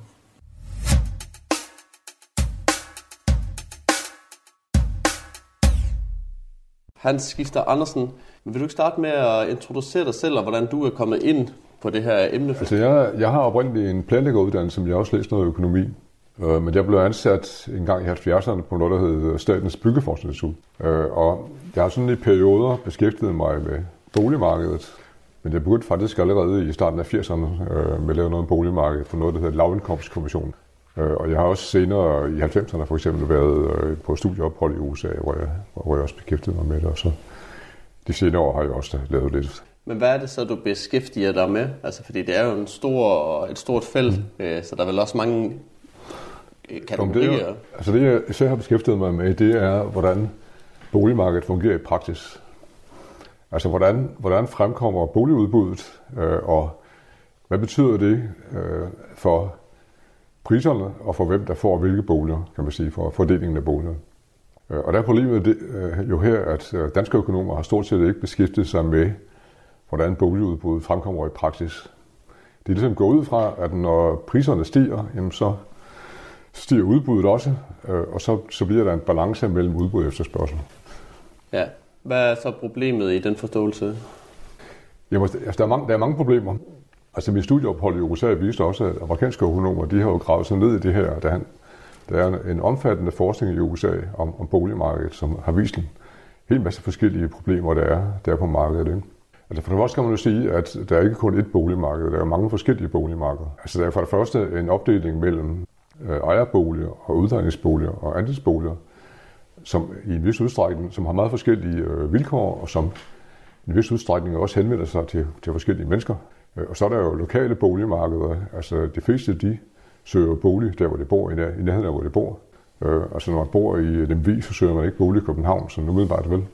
H: Hans Skifter Andersen, vil du ikke starte med at introducere dig selv, og hvordan du er kommet ind på det her emne?
I: Altså, jeg har oprindeligt en planlæggeruddannelse, som jeg også læste noget økonomi. Men jeg blev ansat en gang i 70'erne på noget, der hed Statens Byggeforskningsinstitut. Og jeg har sådan i perioder beskæftiget mig med boligmarkedet. Men jeg begyndte faktisk allerede i starten af 80'erne med at lave noget om boligmarkedet på noget, der hedder Lavindkomstkommissionen. Og jeg har også senere i 90'erne for eksempel været på studieophold i USA, hvor jeg også beskæftigede mig med det. Og så de senere år har jeg også lavet lidt.
H: Men hvad er det så, du beskæftiger dig med? Altså, fordi det er jo et stort felt, så der er vel også mange kategorier.
I: Det jeg især har beskæftiget mig med, det er, hvordan boligmarkedet fungerer i praksis. Altså, hvordan fremkommer boligudbuddet, og hvad betyder det for priserne, og for hvem der får hvilke boliger, kan man sige, for fordelingen af boliger. Og der er problemet jo her, at danske økonomer har stort set ikke beskæftiget sig med, hvordan boligudbuddet fremkommer i praksis. Det er ligesom gået ud fra, at når priserne stiger, jamen så stiger udbuddet også, og så bliver der en balance mellem udbud og efterspørgsel.
H: Ja. Hvad er så problemet i den forståelse?
I: Jamen, altså, der er mange problemer. Altså, mit studieophold i USA viste også, at amerikanske økonomer, de har jo gravet sig ned i det her. Der er en omfattende forskning i USA om boligmarkedet, som har vist en hel masse forskellige problemer, der er på markedet. Ikke? Altså, for det første kan man jo sige, at der er ikke kun ét boligmarked, der er mange forskellige boligmarkeder. Altså, der er for det første en opdeling mellem ejerboliger og udlejningsboliger og andelsboliger, som i en vis udstrækning, som har meget forskellige vilkår, og som i en vis udstrækning også henvender sig til forskellige mennesker. Og så er der jo lokale boligmarkeder. Altså de fleste, de søger bolig der, hvor de bor, i nærheden af, hvor de bor. Altså når man bor i Lemvig, så søger man ikke bolig i København, så umiddelbart vel.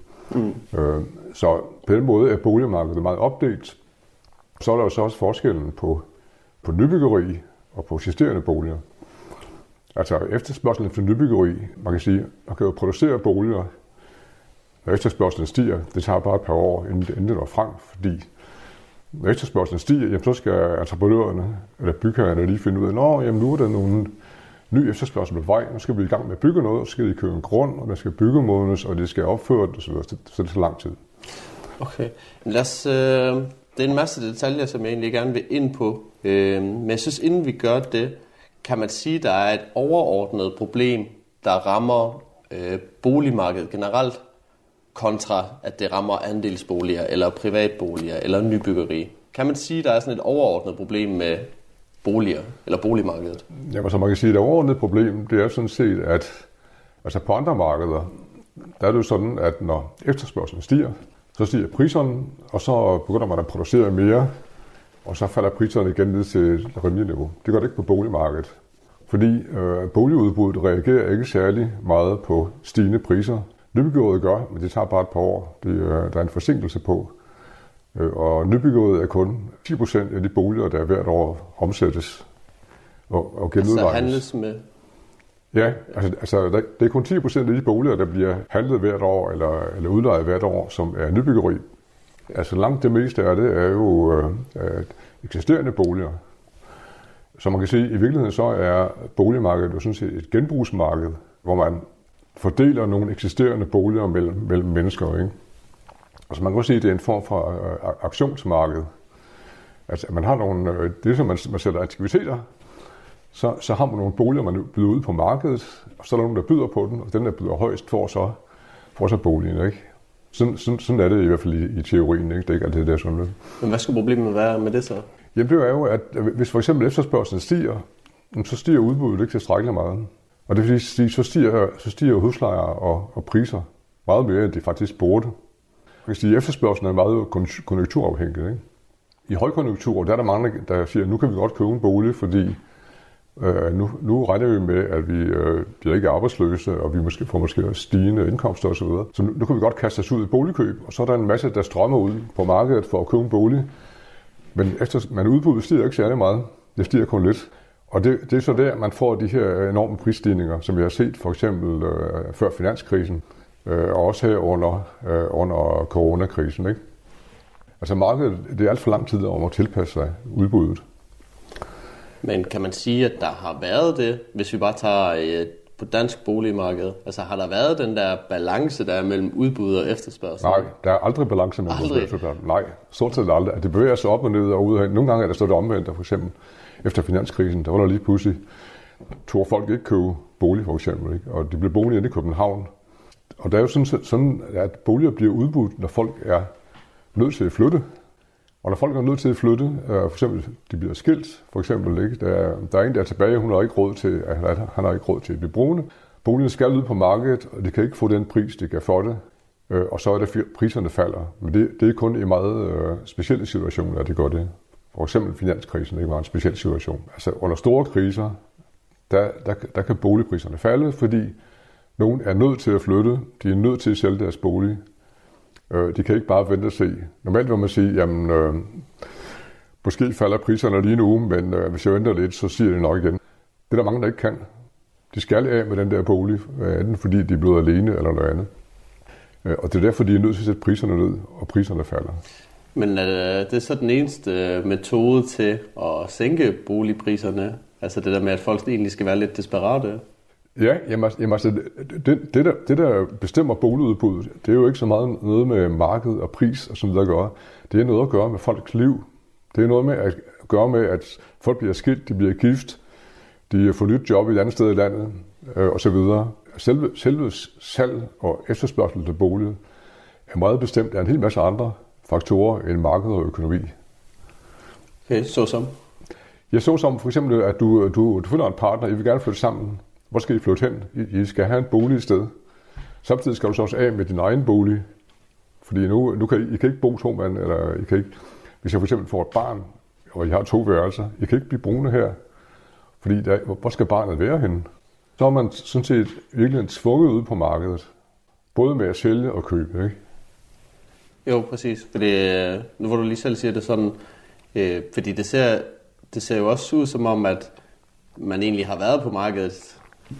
I: Så på den måde er boligmarkedet meget opdelt. Så er der jo så også forskellen på nybyggeri og på eksisterende boliger. Altså efterspørgselen efter nybyggeri, man kan sige, man kan jo producere boliger, når efterspørgselen stiger. Det tager bare et par år, inden det når frem, fordi når efterspørgselen stiger, jamen, så skal entreprenørerne eller bygherrerne lige finde ud af, nu er der nogle ny efterspørgsel på vej, nu skal vi i gang med at bygge noget, og så skal de købe en grund, og der skal byggemodnes, og det skal opføres, og så det tager lang tid. Okay,
H: det er en masse detaljer, som jeg egentlig gerne vil ind på, men jeg synes, inden vi gør det, kan man sige, at der er et overordnet problem, der rammer boligmarkedet generelt, kontra at det rammer andelsboliger, eller privatboliger, eller nybyggeri. Kan man sige, at der er sådan et overordnet problem med boliger, eller boligmarkedet?
I: Jamen, så man kan sige, at det overordnede problem, det er sådan set, at altså på andre markeder, der er det jo sådan, at når efterspørgselen stiger, så stiger priserne, og så begynder man at producere mere, og så falder priserne igen ned til rimeligt niveau. Det gør det ikke på boligmarkedet, fordi boligudbuddet reagerer ikke særlig meget på stigende priser. Nybyggeriet gør, men det tager bare et par år. Der er en forsinkelse på. Og nybyggeriet er kun 10% af de boliger, der hvert år omsættes og genudlejes.
H: Så handles med?
I: Ja, altså det er kun 10% af de boliger, der bliver handlet hvert år eller udlejet hvert år, som er nybyggeri. Altså langt det meste af det er jo eksisterende boliger. Så man kan sige, at i virkeligheden så er boligmarkedet jo sådan set et genbrugsmarked, hvor man fordeler nogle eksisterende boliger mellem mennesker, ikke? Altså man kan også sige, at det er en form for auktionsmarked. Altså man har nogle, det som man sætter aktiviteter, så har man nogle boliger, man byder ud på markedet, og så er der nogen, der byder på den, og den, der byder højst, får så boligen, ikke? Sådan er det i hvert fald i teorien, ikke? Det er ikke altid det, sådan noget.
H: Men hvad skal problemet være med det så?
I: Jamen det er jo, at hvis for eksempel efterspørgselen stiger, så stiger udbuddet ikke tilstrækkeligt meget. Og det vil sige, så stiger huslejer og priser meget mere, end de faktisk burde. Man kan sige, at efterspørgselen er meget konjunkturafhængig, ikke? I højkonjunktur, der er der mange, der siger, at nu kan vi godt købe en bolig, fordi nu regner vi med, at vi bliver ikke arbejdsløse, og vi får stigende indkomster osv. Så nu kan vi godt kaste os ud i boligkøb, og så er der en masse, der strømmer ud på markedet for at købe en bolig. Men udbuddet stiger ikke særlig meget. Det stiger kun lidt. Og det er så der, man får de her enorme prisstigninger, som vi har set for eksempel før finanskrisen, og også her under coronakrisen, ikke? Altså markedet, det er alt for lang tid om at tilpasse sig udbuddet.
H: Men kan man sige, at der har været det, hvis vi bare tager på dansk boligmarked? Altså har der været den der balance, der er mellem udbud og efterspørgsel?
I: Nej, der er aldrig balance mellem udbud og efterspørgsel. Nej, stort set aldrig. Det bevæger sig op og ned og ud. Nogle gange er der stået omvendt, for eksempel efter finanskrisen, der var der lige pludselig tog folk ikke købe bolig, for eksempel, ikke? Og de blev boende inde i København. Og der er jo sådan, at boliger bliver udbudt, når folk er nødt til at flytte. Og når folk er nødt til at flytte, for eksempel de bliver skilt, for eksempel, ikke? Der er en, der er tilbage, han har ikke råd til at blive boende. Boligen skal ud på markedet, og de kan ikke få den pris, de kan få det. Og så er det, priserne falder. Men det er kun i meget specielle situationer, at det gør det. For eksempel finanskrisen, det var en speciel situation. Altså under store kriser, der kan boligpriserne falde, fordi nogen er nødt til at flytte, de er nødt til at sælge deres bolig. De kan ikke bare vente og se. Normalt vil man sige, jamen, måske falder priserne lige nu, men hvis jeg venter lidt, så siger det nok igen. Det er der mange, der ikke kan. De skal af med den der bolig, enten fordi de er blevet alene eller noget andet. Og det er derfor, de er nødt til at sætte priserne ned, og priserne falder. Men
H: det er så den eneste metode til at sænke boligpriserne? Altså det der med, at folk egentlig skal være lidt desperate?
I: Ja, jamen altså, det der bestemmer boligudbuddet, det er jo ikke så meget noget med marked og pris og sådan noget at gøre. Det er noget at gøre med folks liv. Det er noget med at gøre med, at folk bliver skilt, de bliver gift, de får nyt job i et andet sted i landet osv. Selve salg og efterspørgsel til bolig er meget bestemt af en hel masse andre faktorer end marked og økonomi.
H: Okay, såsom?
I: Ja, såsom for eksempel, at du finder en partner, I vil gerne flytte sammen. Hvor skal I flytte hen? I skal have en bolig et sted. Samtidig skal du så også af med din egen bolig. Fordi nu kan I kan ikke bo to mand, eller I kan ikke, hvis jeg for eksempel får et barn, og I har 2 værelser, I kan ikke blive boende her. Fordi hvor skal barnet være henne? Så er man sådan set virkelig tvunget ud på markedet. Både med at sælge og købe, ikke?
H: Jo, præcis. Fordi nu hvor du lige selv siger det sådan, fordi det ser jo også ud som om, at man egentlig har været på markedet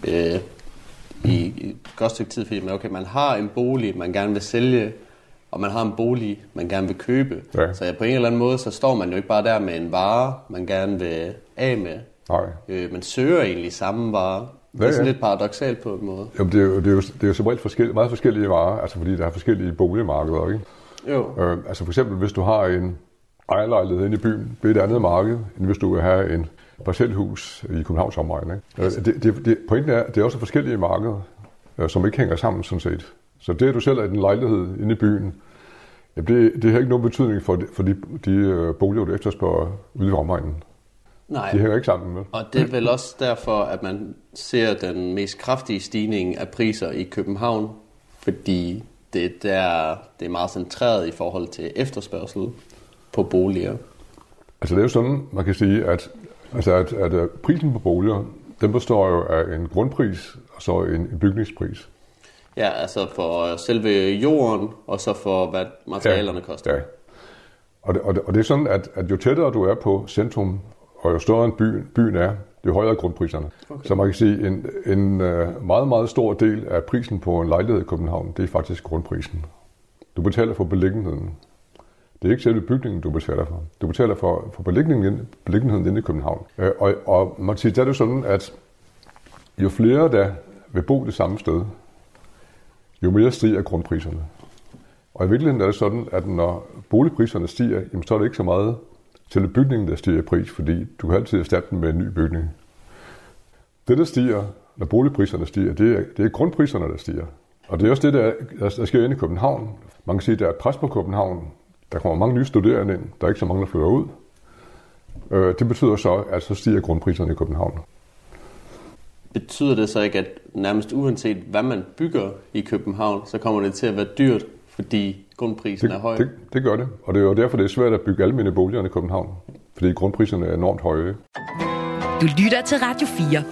H: i et godt stykke tid, fordi man har en bolig, man gerne vil sælge, og man har en bolig, man gerne vil købe. Ja. Så på en eller anden måde, så står man jo ikke bare der med en vare, man gerne vil af med. Nej. Man søger egentlig samme vare. Det er sådan lidt paradoksalt på en måde.
I: Jamen, det er jo som regel meget forskellige varer, altså fordi der er forskellige boligmarkeder, ikke?
H: Jo. Altså
I: for eksempel, hvis du har en ejerlejlighed inde i byen, det er et andet marked, end hvis du vil have en parcelhus i Københavns omegn, ikke? Pointen er, at det er også forskellige markeder, som ikke hænger sammen sådan set. Så det, at du selv er i en lejlighed inde i byen, det har ikke nogen betydning for de boliger, du efterspørger ude i omegnen.
H: Nej.
I: De hænger ikke sammen med.
H: Og det er vel også derfor, at man ser den mest kraftige stigning af priser i København, fordi det er meget centreret i forhold til efterspørgsel på boliger.
I: Altså det er jo sådan, man kan sige, at prisen på boliger, den består jo af en grundpris og så en bygningspris.
H: Ja, altså for selve jorden, og så for hvad materialerne koster.
I: Ja. Og det er sådan, at jo tættere du er på centrum, og jo større en byen er, jo højere grundpriserne. Okay. Så man kan sige, en meget, meget stor del af prisen på en lejlighed i København, det er faktisk grundprisen. Du betaler for beliggenheden. Det er ikke selve bygningen, du betaler for. Du betaler for beliggenheden inde i København. Og man kan sige, der er det sådan, at jo flere, der vil bo det samme sted, jo mere stiger grundpriserne. Og i virkeligheden er det sådan, at når boligpriserne stiger, jamen, så er det ikke så meget til bygningen, der stiger i pris, fordi du kan altid erstatte den med en ny bygning. Det, der stiger, når boligpriserne stiger, det er grundpriserne, der stiger. Og det er også det, der sker inde i København. Man kan sige, at der er et pres på København. Der kommer mange nye studerende ind. Der er ikke så mange, der flytter ud. Det betyder så, at så stiger grundpriserne i København.
H: Betyder det så ikke, at nærmest uanset hvad man bygger i København, så kommer det til at være dyrt, fordi grundprisen er høj?
I: Det gør det, og det er jo derfor, det er svært at bygge almene boliger i København, fordi grundpriserne er enormt høje.
B: Du lytter til Radio 4.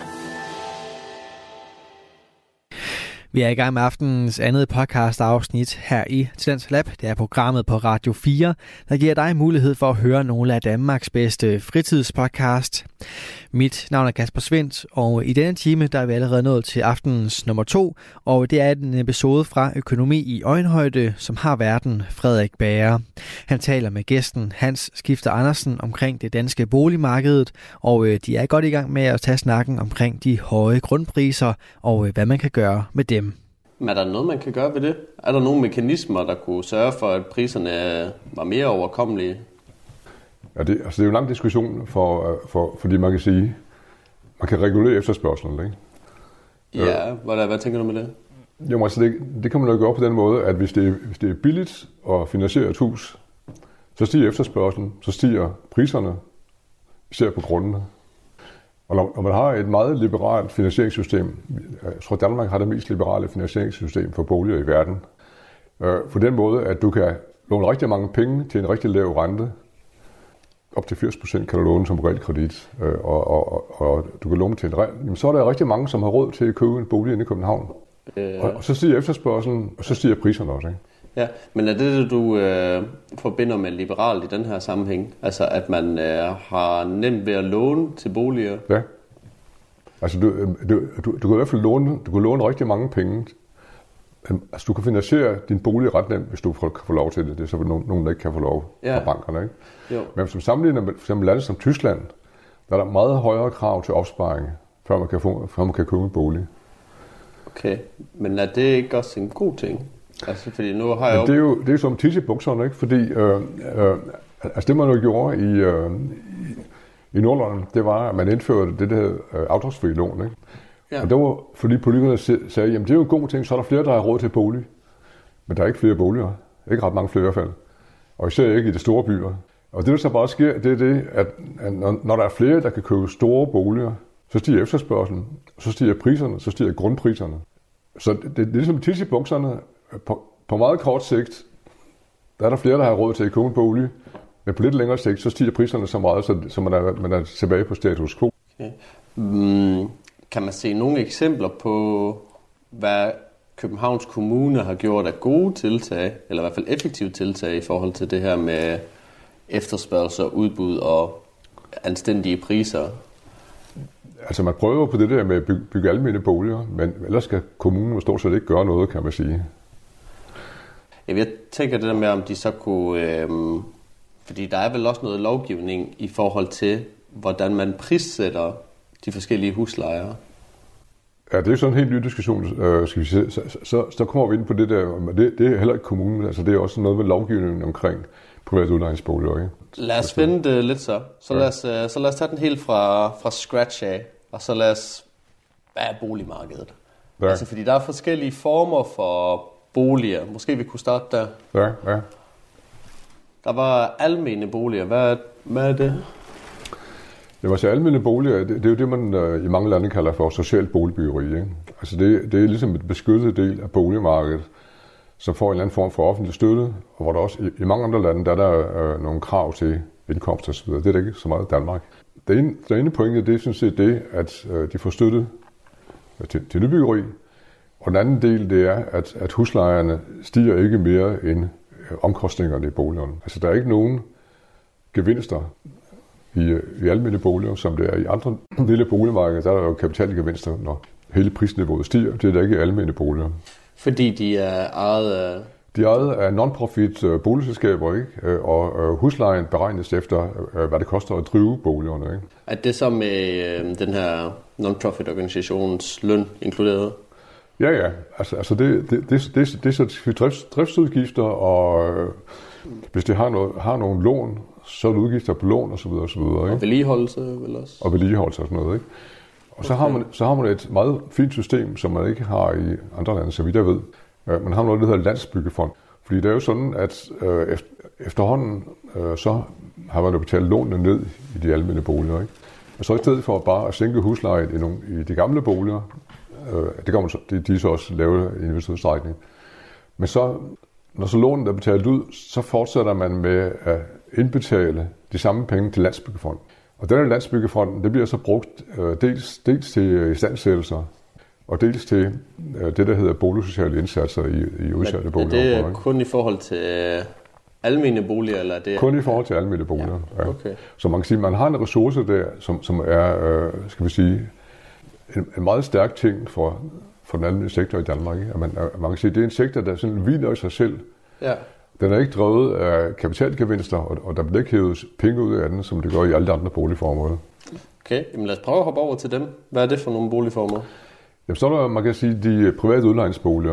D: Vi er i gang med aftenens andet podcast-afsnit her i Tidens Lab. Det er programmet på Radio 4, der giver dig mulighed for at høre nogle af Danmarks bedste fritidspodcast. Mit navn er Kasper Svendt, og i denne time der er vi allerede nået til aftenens nummer 2, og det er en episode fra Økonomi i øjenhøjde, som har værten Frederik Bager. Han taler med gæsten Hans Skifter Andersen omkring det danske boligmarked, og de er godt i gang med at tage snakken omkring de høje grundpriser og hvad man kan gøre med dem.
H: Men er der noget, man kan gøre ved det? Er der nogle mekanismer, der kunne sørge for, at priserne var mere overkommelige?
I: Ja, det er jo en lang diskussion, fordi man kan sige, man kan regulere efterspørgselen, ikke?
H: Ja, hvad tænker du med det?
I: Jo, altså det kan man jo gøre på den måde, at hvis det er billigt at finansiere et hus, så stiger efterspørgselen, så stiger priserne, især på grundene. Og når man har et meget liberalt finansieringssystem, jeg tror Danmark har det mest liberale finansieringssystem for boliger i verden, på den måde, at du kan låne rigtig mange penge til en rigtig lav rente, op til 80% kan du låne som realkredit, og du kan låne til en rente, så er der rigtig mange, som har råd til at købe en bolig inde i København. Og så stiger efterspørgselen, og så stiger priserne også, ikke? Ja,
H: men er det, du forbinder med liberalt i den her sammenhæng? Altså, at man har nemt ved at låne til boliger?
I: Ja. Altså, du kan i hvert fald låne rigtig mange penge. Altså, du kan finansiere din bolig ret nemt, hvis du kan få lov til det. Det er så nogen, der ikke kan få lov fra bankerne, ikke? Jo. Men som sammenligner med for eksempel lande som Tyskland, der er der meget højere krav til opsparing, før man kan købe en bolig.
H: Okay, men er det ikke også en god ting? Altså, fordi nu har jeg
I: det er jo som tisse i bukserne, ikke? Fordi altså det man jo gjorde i Nordland, det var, at man indførte det der afdragsfri lån, ikke? Ja. Og det var, fordi politikerne sagde, jamen det er jo en god ting, så er der flere, der har råd til bolig. Men der er ikke flere boliger. Ikke ret mange flere i hvert fald. Og især ikke i de store byer. Og det, der så bare sker, det er det, at når der er flere, der kan købe store boliger, så stiger efterspørgselen, så stiger priserne, så stiger grundpriserne. Så det er ligesom tisse i bukserne. På meget kort sigt, der er der flere, der har råd til at købe en bolig. Men på lidt længere sigt, så stiger priserne så meget, så man er tilbage på status quo. Okay.
H: Kan man se nogle eksempler på, hvad Københavns Kommune har gjort af gode tiltag, eller i hvert fald effektive tiltag i forhold til det her med efterspørgsel, udbud og anstændige priser?
I: Altså man prøver på det der med at bygge almene boliger, men ellers skal kommunen stort set ikke gøre noget, kan man sige.
H: Jeg tænker det der med, om de så kunne... fordi der er vel også noget lovgivning i forhold til, hvordan man prissætter de forskellige huslejer.
I: Ja, det er sådan en helt ny diskussion, skal vi sige. Så kommer vi ind på det der, det er heller ikke kommunen, altså det er også noget med lovgivningen omkring private udlejningsboliger, ikke?
H: Lad os vente det lidt så. Så lad os tage den helt fra scratch af, og så lad os... Hvad er boligmarkedet? Ja. Altså, fordi der er forskellige former for boliger. Måske vi kunne starte der.
I: Ja.
H: Der var almene boliger. Hvad er det?
I: Jamen, altså almene boliger, det er jo det, man i mange lande kalder for socialt boligbyggeri, ikke? Altså det er ligesom et beskyttet del af boligmarkedet, som får en eller anden form for offentlig støtte, og hvor der også i mange andre lande, der er der nogle krav til indkomst og så videre. Det er der ikke så meget i Danmark. Det ene pointe, det er sådan set det, at de får støtte til nybyggeri, og den anden del, det er, at huslejerne stiger ikke mere end omkostningerne i boligerne. Altså der er ikke nogen gevinster i almindelige boliger, som det er i andre dele af boligmarkedet, der er der jo kapitalgevinster, når hele prisniveauet stiger. Det er der ikke i almindelige boliger.
H: Fordi de er ejet af...
I: De er ejet af non-profit boligselskaber, ikke? Og huslejen beregnes efter, hvad det koster at drive boligerne, ikke?
H: Er det så med den her non-profit organisations løn inkluderet?
I: Ja. Altså det er så driftsudgifter, og hvis det har nogle lån, så er det udgifter på lån osv. Ikke?
H: Og vedligeholdelse vel også?
I: Og vedligeholdelse og sådan noget, ikke? Og så har man et meget fint system, som man ikke har i andre lande, så vidt jeg ved. Man har noget, der hedder Landsbyggefond. Fordi det er jo sådan, at efterhånden så har man jo betalt lånene ned i de almindelige boliger, ikke? Og så i stedet for bare at sænke huslejen i de gamle boliger, det kan man så, de så også lave i en vis udstrækning. Men så, når så lånet er betalt ud, så fortsætter man med at indbetale de samme penge til Landsbyggefonden. Og denne Landsbyggefonden, det bliver så brugt dels til istandsættelser, og dels til det, der hedder boligsociale indsatser i udsatte boliger.
H: Er det kun i forhold til almene boliger? Eller det...
I: Kun i forhold til almene boliger, ja.
H: Okay.
I: Så man kan sige, at man har en ressource der, som er, skal vi sige, en meget stærk ting for den almindelige sektor i Danmark. Ikke? Man kan sige, at det er en sektor, der sådan hviler i sig selv. Ja. Den er ikke drevet af kapitalgevinster, og der bliver ikke hævet penge ud af den, som det gør i alle andre boligformer.
H: Okay, jamen lad os prøve at hoppe over til dem. Hvad er det for nogle boligformer?
I: Jamen, så er der, man kan sige, de private udlejningsboliger.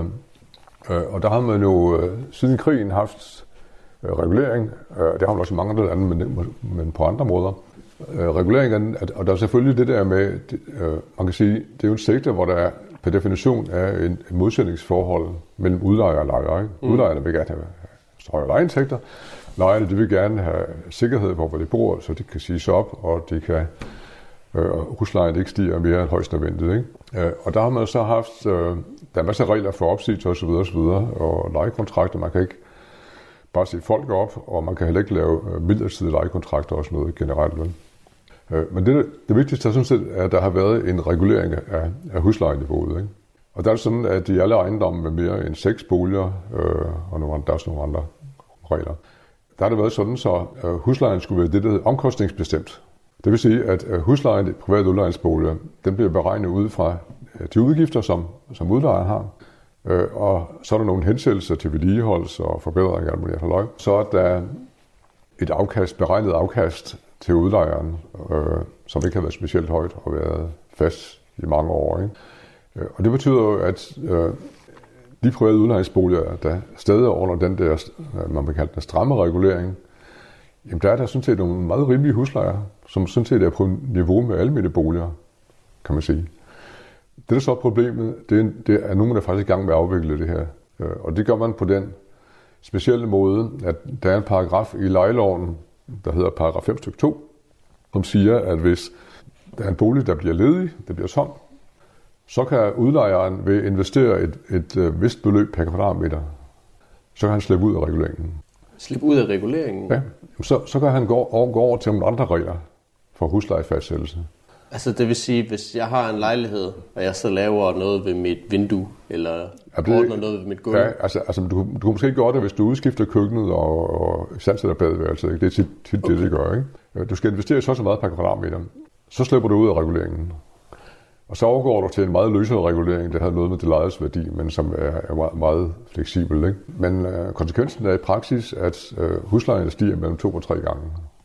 I: Og der har man jo siden krigen haft regulering. Det har man også i mange andre lande, men på andre måder. Reguleringen, og der er selvfølgelig det der med, man kan sige, det er jo en sektor, hvor der per definition er et modsætningsforhold mellem udlejer og lejer. Ikke? Udlejerne vil gerne have højere lejeindtægter. Lejerne, de vil gerne have sikkerhed på, hvor de bor, så de kan siges op, og de kan huslejen ikke stiger mere end højst nødvendigt. Ikke? Og der har man så haft, der er masser af regler for opsigelse osv. Og lejekontrakter, man kan ikke bare sige folk op, og man kan heller ikke lave midlertidige lejekontrakter og sådan noget generelt. Vel? Men det vigtigste er sådan set, at der har været en regulering af huslejeniveauet. Ikke? Og der er det sådan, at i alle ejendomme med mere end 6 boliger, og der er også nogle andre regler, der har det været sådan, så huslejen skulle være det, der hedder omkostningsbestemt. Det vil sige, at huslejen i private udlejningsboliger, den bliver beregnet ud fra de udgifter, som udlejer har. Og så er der nogle hensættelser til vedligeholdelse og forbedringer af muligheder for løg. Så er der et beregnet afkast til udlejeren, som ikke har været specielt højt og været fast i mange år. Ikke? Og det betyder jo, at de private udlejningsboliger, der stadig er under den der, man vil kalde den stramme regulering, jamen der er der sådan set nogle meget rimelige huslejer, som sådan set er på niveau med almindelige boliger, kan man sige. Det der så er problemet, det er nogen, der er faktisk i gang med at afvikle det her. Og det gør man på den specielle måde, at der er en paragraf i lejeloven, der hedder paragraf 5 stykke 2, som siger, at hvis der er en bolig, der bliver ledig, der bliver tom, så kan udlejeren ved at investere et vist beløb per kvadratmeter, så kan han slippe ud af reguleringen.
H: Slippe ud af reguleringen?
I: Ja, så kan han gå over til nogle andre regler for huslejefastsættelse.
H: Altså det vil sige, hvis jeg har en lejlighed, og jeg så laver noget ved mit vindue, eller ordner noget ved mit gulv.
I: Ja, altså du kan måske gøre det, hvis du udskifter køkkenet og sandsætter badeværelset. Ikke? Det er tit okay. Det gør. Ikke? Du skal investere så meget per kvadratmeter. Så slipper du ud af reguleringen. Og så overgår du til en meget løsere regulering, der har noget med det lejes værdi, men som er meget, meget fleksibel. Ikke? Men konsekvensen er i praksis, at huslejen stiger mellem 2 og 3 gange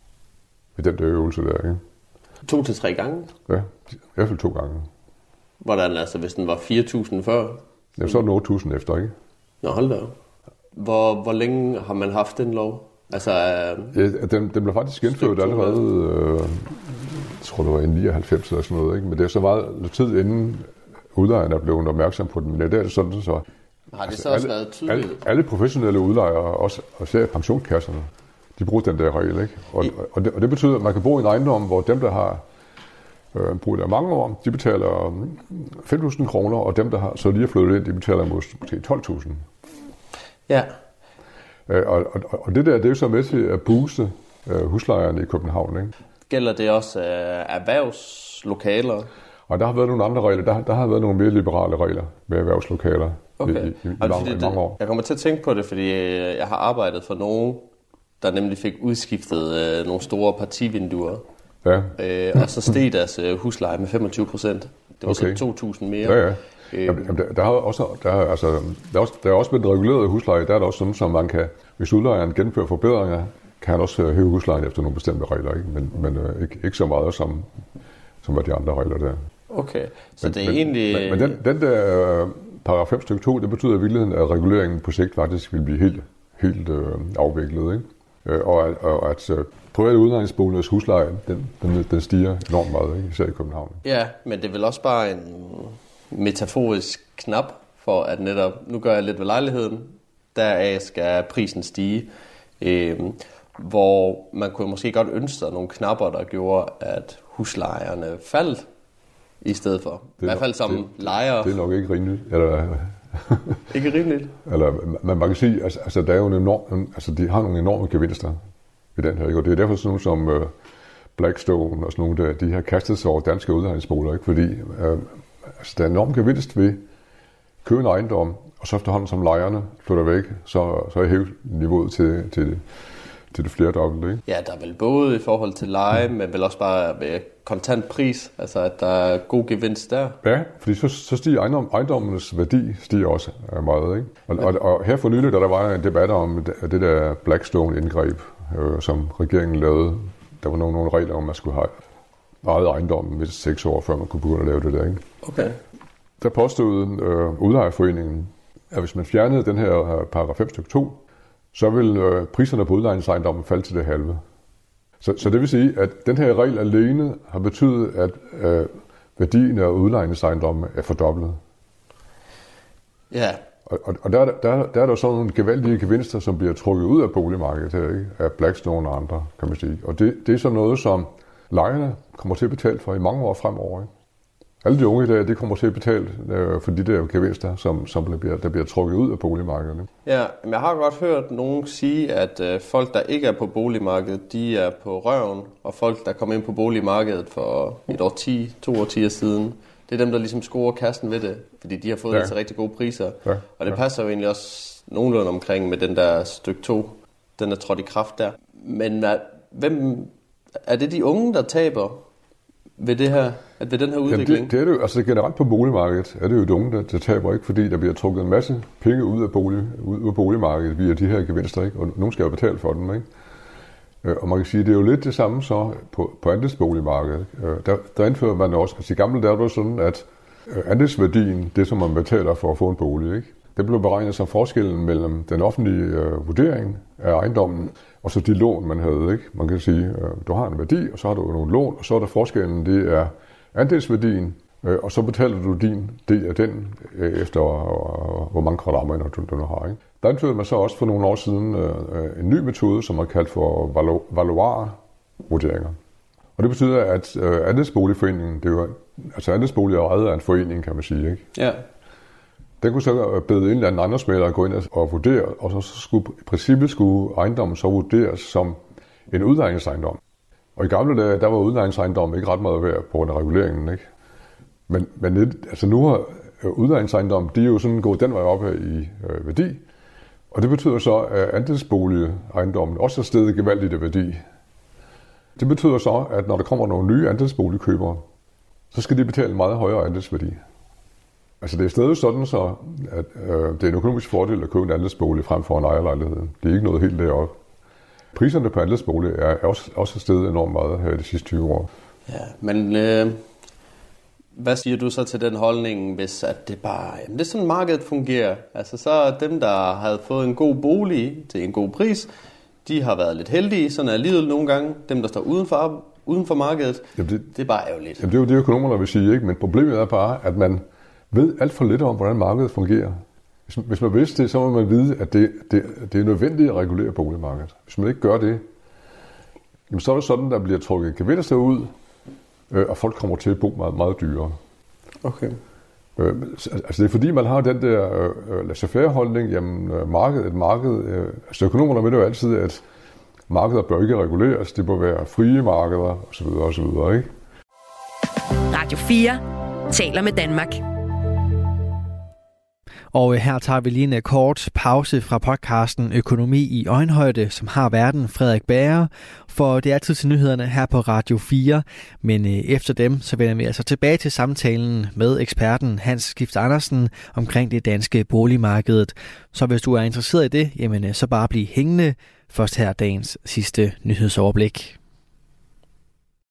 I: ved den der øvelse der. Ikke?
H: 2 til 3 gange?
I: Ja, i hvert fald 2 gange.
H: Hvordan altså, hvis den var 4.000 før?
I: Ja, så er den 8.000 efter, ikke?
H: Nå, hold da. Hvor længe har man haft den lov? Altså,
I: ja, den blev faktisk indført allerede, jeg tror det var i 99 eller sådan noget, ikke? Men det er så meget tid inden udlejerne er blevet opmærksom på den. Men det er sådan, så...
H: Har det så også været tydeligt?
I: Alle professionelle udlejere, også pensionskasserne, de bruger den der regel, ikke? Og det betyder, at man kan bo i en ejendom, hvor dem, der har boet der mange år, de betaler 5.000 kroner, og dem, der har så lige flyttet ind, de betaler måske 12.000.
H: Ja.
I: Og det der, det er jo så med til at booste huslejerne i København, ikke?
H: Gælder det også erhvervslokaler?
I: Og der har været nogle andre regler. Der har været nogle mere liberale regler med erhvervslokaler i mange år.
H: Jeg kommer til at tænke på det, fordi jeg har arbejdet for nogen, der nemlig fik udskiftet nogle store partivinduer. og så steg deres husleje med 25%. Det var så 2.000 mere.
I: Jamen, der er også med den regulerede husleje, der er der også sådan, som man kan, hvis udlejeren gennemfører forbedringer, kan han også hæve huslejen efter nogle bestemte regler, ikke? Men ikke så meget som hvad de andre regler der.
H: Okay, så det er egentlig...
I: Men den der paragraf 5 stykke 2, det betyder i virkeligheden, at reguleringen på sigt faktisk vil blive helt afviklet, ikke? Og at private udlejningsboligers husleje, den stiger enormt meget, ikke? Især i København.
H: Ja, men det er vel også bare en metaforisk knap for, at netop, nu gør jeg lidt ved lejligheden, deraf skal prisen stige. Hvor man kunne måske godt ønske sig nogle knapper, der gjorde, at huslejerne faldt i stedet for. I hvert fald som lejer.
I: Det er nok ikke rimeligt.
H: Ikke rimeligt?
I: Eller man kan sige, altså der er jo de har nogle enorme gevinster i den her, ikke? Og det er derfor sådan nogle som Blackstone og sådan nogle de har kastet sig over danske udlejningsboliger, ikke? Fordi der er enorm gevinst ved købe en ejendom, og så efterhånden som lejerne flytter væk, så er hævet niveauet til det flerdobbelt, ikke?
H: Ja, der er vel både i forhold til leje, men vel også bare ved kontant pris, altså at der er god gevinst der.
I: Ja, fordi så stiger ejendommenes værdi stiger også meget, ikke? Og her for nylig, da der var en debat om det der Blackstone-indgreb, som regeringen lavede, der var nogle regler om, man skulle have ejet ejendommen ved 6 år, før man kunne begynde at lave det der, ikke?
H: Okay.
I: Der påstod udlejerforeningen, at hvis man fjernede den her paragraf 5 stykke 2, så vil priserne på udlejningsejendommen falde til det halve. Så det vil sige, at den her regel alene har betydet, at værdien af udlejningsejendommen er fordoblet.
H: Ja.
I: Og der er der sådan nogle gevaldige gevinster, som bliver trukket ud af boligmarkedet her, ikke? Af Blackstone og andre, kan man sige. Og det er så noget, som lejerne kommer til at betale for i mange år fremover, ikke? Alle de unge i dag, de kommer til at betale for de der gevinster, som der bliver trukket ud af boligmarkedet.
H: Ja, men jeg har godt hørt nogen sige, at folk, der ikke er på boligmarkedet, de er på røven, og folk, der kom ind på boligmarkedet for et årti, 2 årtier siden, det er dem, der ligesom scorer kassen ved det, fordi de har fået det til rigtig gode priser. Ja. Og det passer jo egentlig også nogenlunde omkring med den der stykke 2, den er trådt i kraft der. Men hvem er det de unge, der taber ved det her, ved den her udvikling?
I: Jamen det er det jo, altså generelt på boligmarkedet er det jo de unge, der taber, ikke, fordi der bliver trukket en masse penge ud af boligmarkedet via de her gevinster, ikke? Og nogen skal jo betale for dem, ikke? Og man kan sige, det er jo lidt det samme så på andelsboligmarkedet. Der indfører man også, altså i gamle dage var det sådan, at andelsværdien, det som man betaler for at få en bolig, ikke? Det blev beregnet som forskellen mellem den offentlige vurdering af ejendommen og så de lån, man havde, ikke? Man kan sige, du har en værdi, og så har du nogle lån, og så er der forskellen, det er andelsværdien, og så betaler du din del af den efter, hvor mange kvadratmeter du nu har, ikke? Der indførte man så også for nogle år siden en ny metode, som er kaldt for valuarvurderinger. Og det betyder, at andelsboligforeningen, det er jo, altså andelsbolig er ejet af en forening, kan man sige, ikke?
H: Ja.
I: Den kunne så bede en eller anden ejendomsmægler at gå ind og vurdere, og så skulle i princippet ejendommen så vurderes som en udlejningsejendom. Og i gamle dage, der var udlejningsejendommen ikke ret meget værd på grund af reguleringen, ikke? Men altså nu har udlejningsejendommen, de er jo sådan gået den vej op i værdi, og det betyder så, at andelsboligejendommen også er steget gevaldigt i værdi. Det betyder så, at når der kommer nogle nye andelsboligkøbere, så skal de betale en meget højere andelsværdi. Altså det er stadig sådan så, at det er en økonomisk fordel at købe en andelsbolig frem for en ejerlejlighed. Det er ikke noget helt deroppe. Priserne på andelsbolig er også steget enormt meget her i de sidste 20 år.
H: Ja, men hvad siger du så til den holdning, hvis at det bare, jamen det er sådan markedet fungerer? Altså så dem, der havde fået en god bolig til en god pris, de har været lidt heldige, sådan er livet nogle gange. Dem, der står uden for markedet, jamen det er bare ærgerligt.
I: Jamen det er jo det, økonomerne vil sige, ikke? Men problemet er bare, at man ved alt for lidt om, hvordan markedet fungerer. Hvis man vidste det, så må man vide, at det er nødvendigt at regulere boligmarkedet. Hvis man ikke gør det, jamen så er det sådan, der bliver trukket gevinster ud, og folk kommer til at bo meget, meget dyrere.
H: Okay.
I: Altså det er fordi, man har den der laissez-faire-holdning, jamen altså økonomerne mener jo altid, at markeder bør ikke reguleres, det bør være frie markeder, osv., ikke?
B: Radio 4 taler med Danmark.
D: Og her tager vi lige en kort pause fra podcasten Økonomi i øjenhøjde, som har værten Frederik Bager, for det er tid til nyhederne her på Radio 4. Men efter dem, så vender vi altså tilbage til samtalen med eksperten Hans Skift Andersen omkring det danske boligmarked. Så hvis du er interesseret i det, jamen så bare bliv hængende. Først her dagens sidste nyhedsoverblik.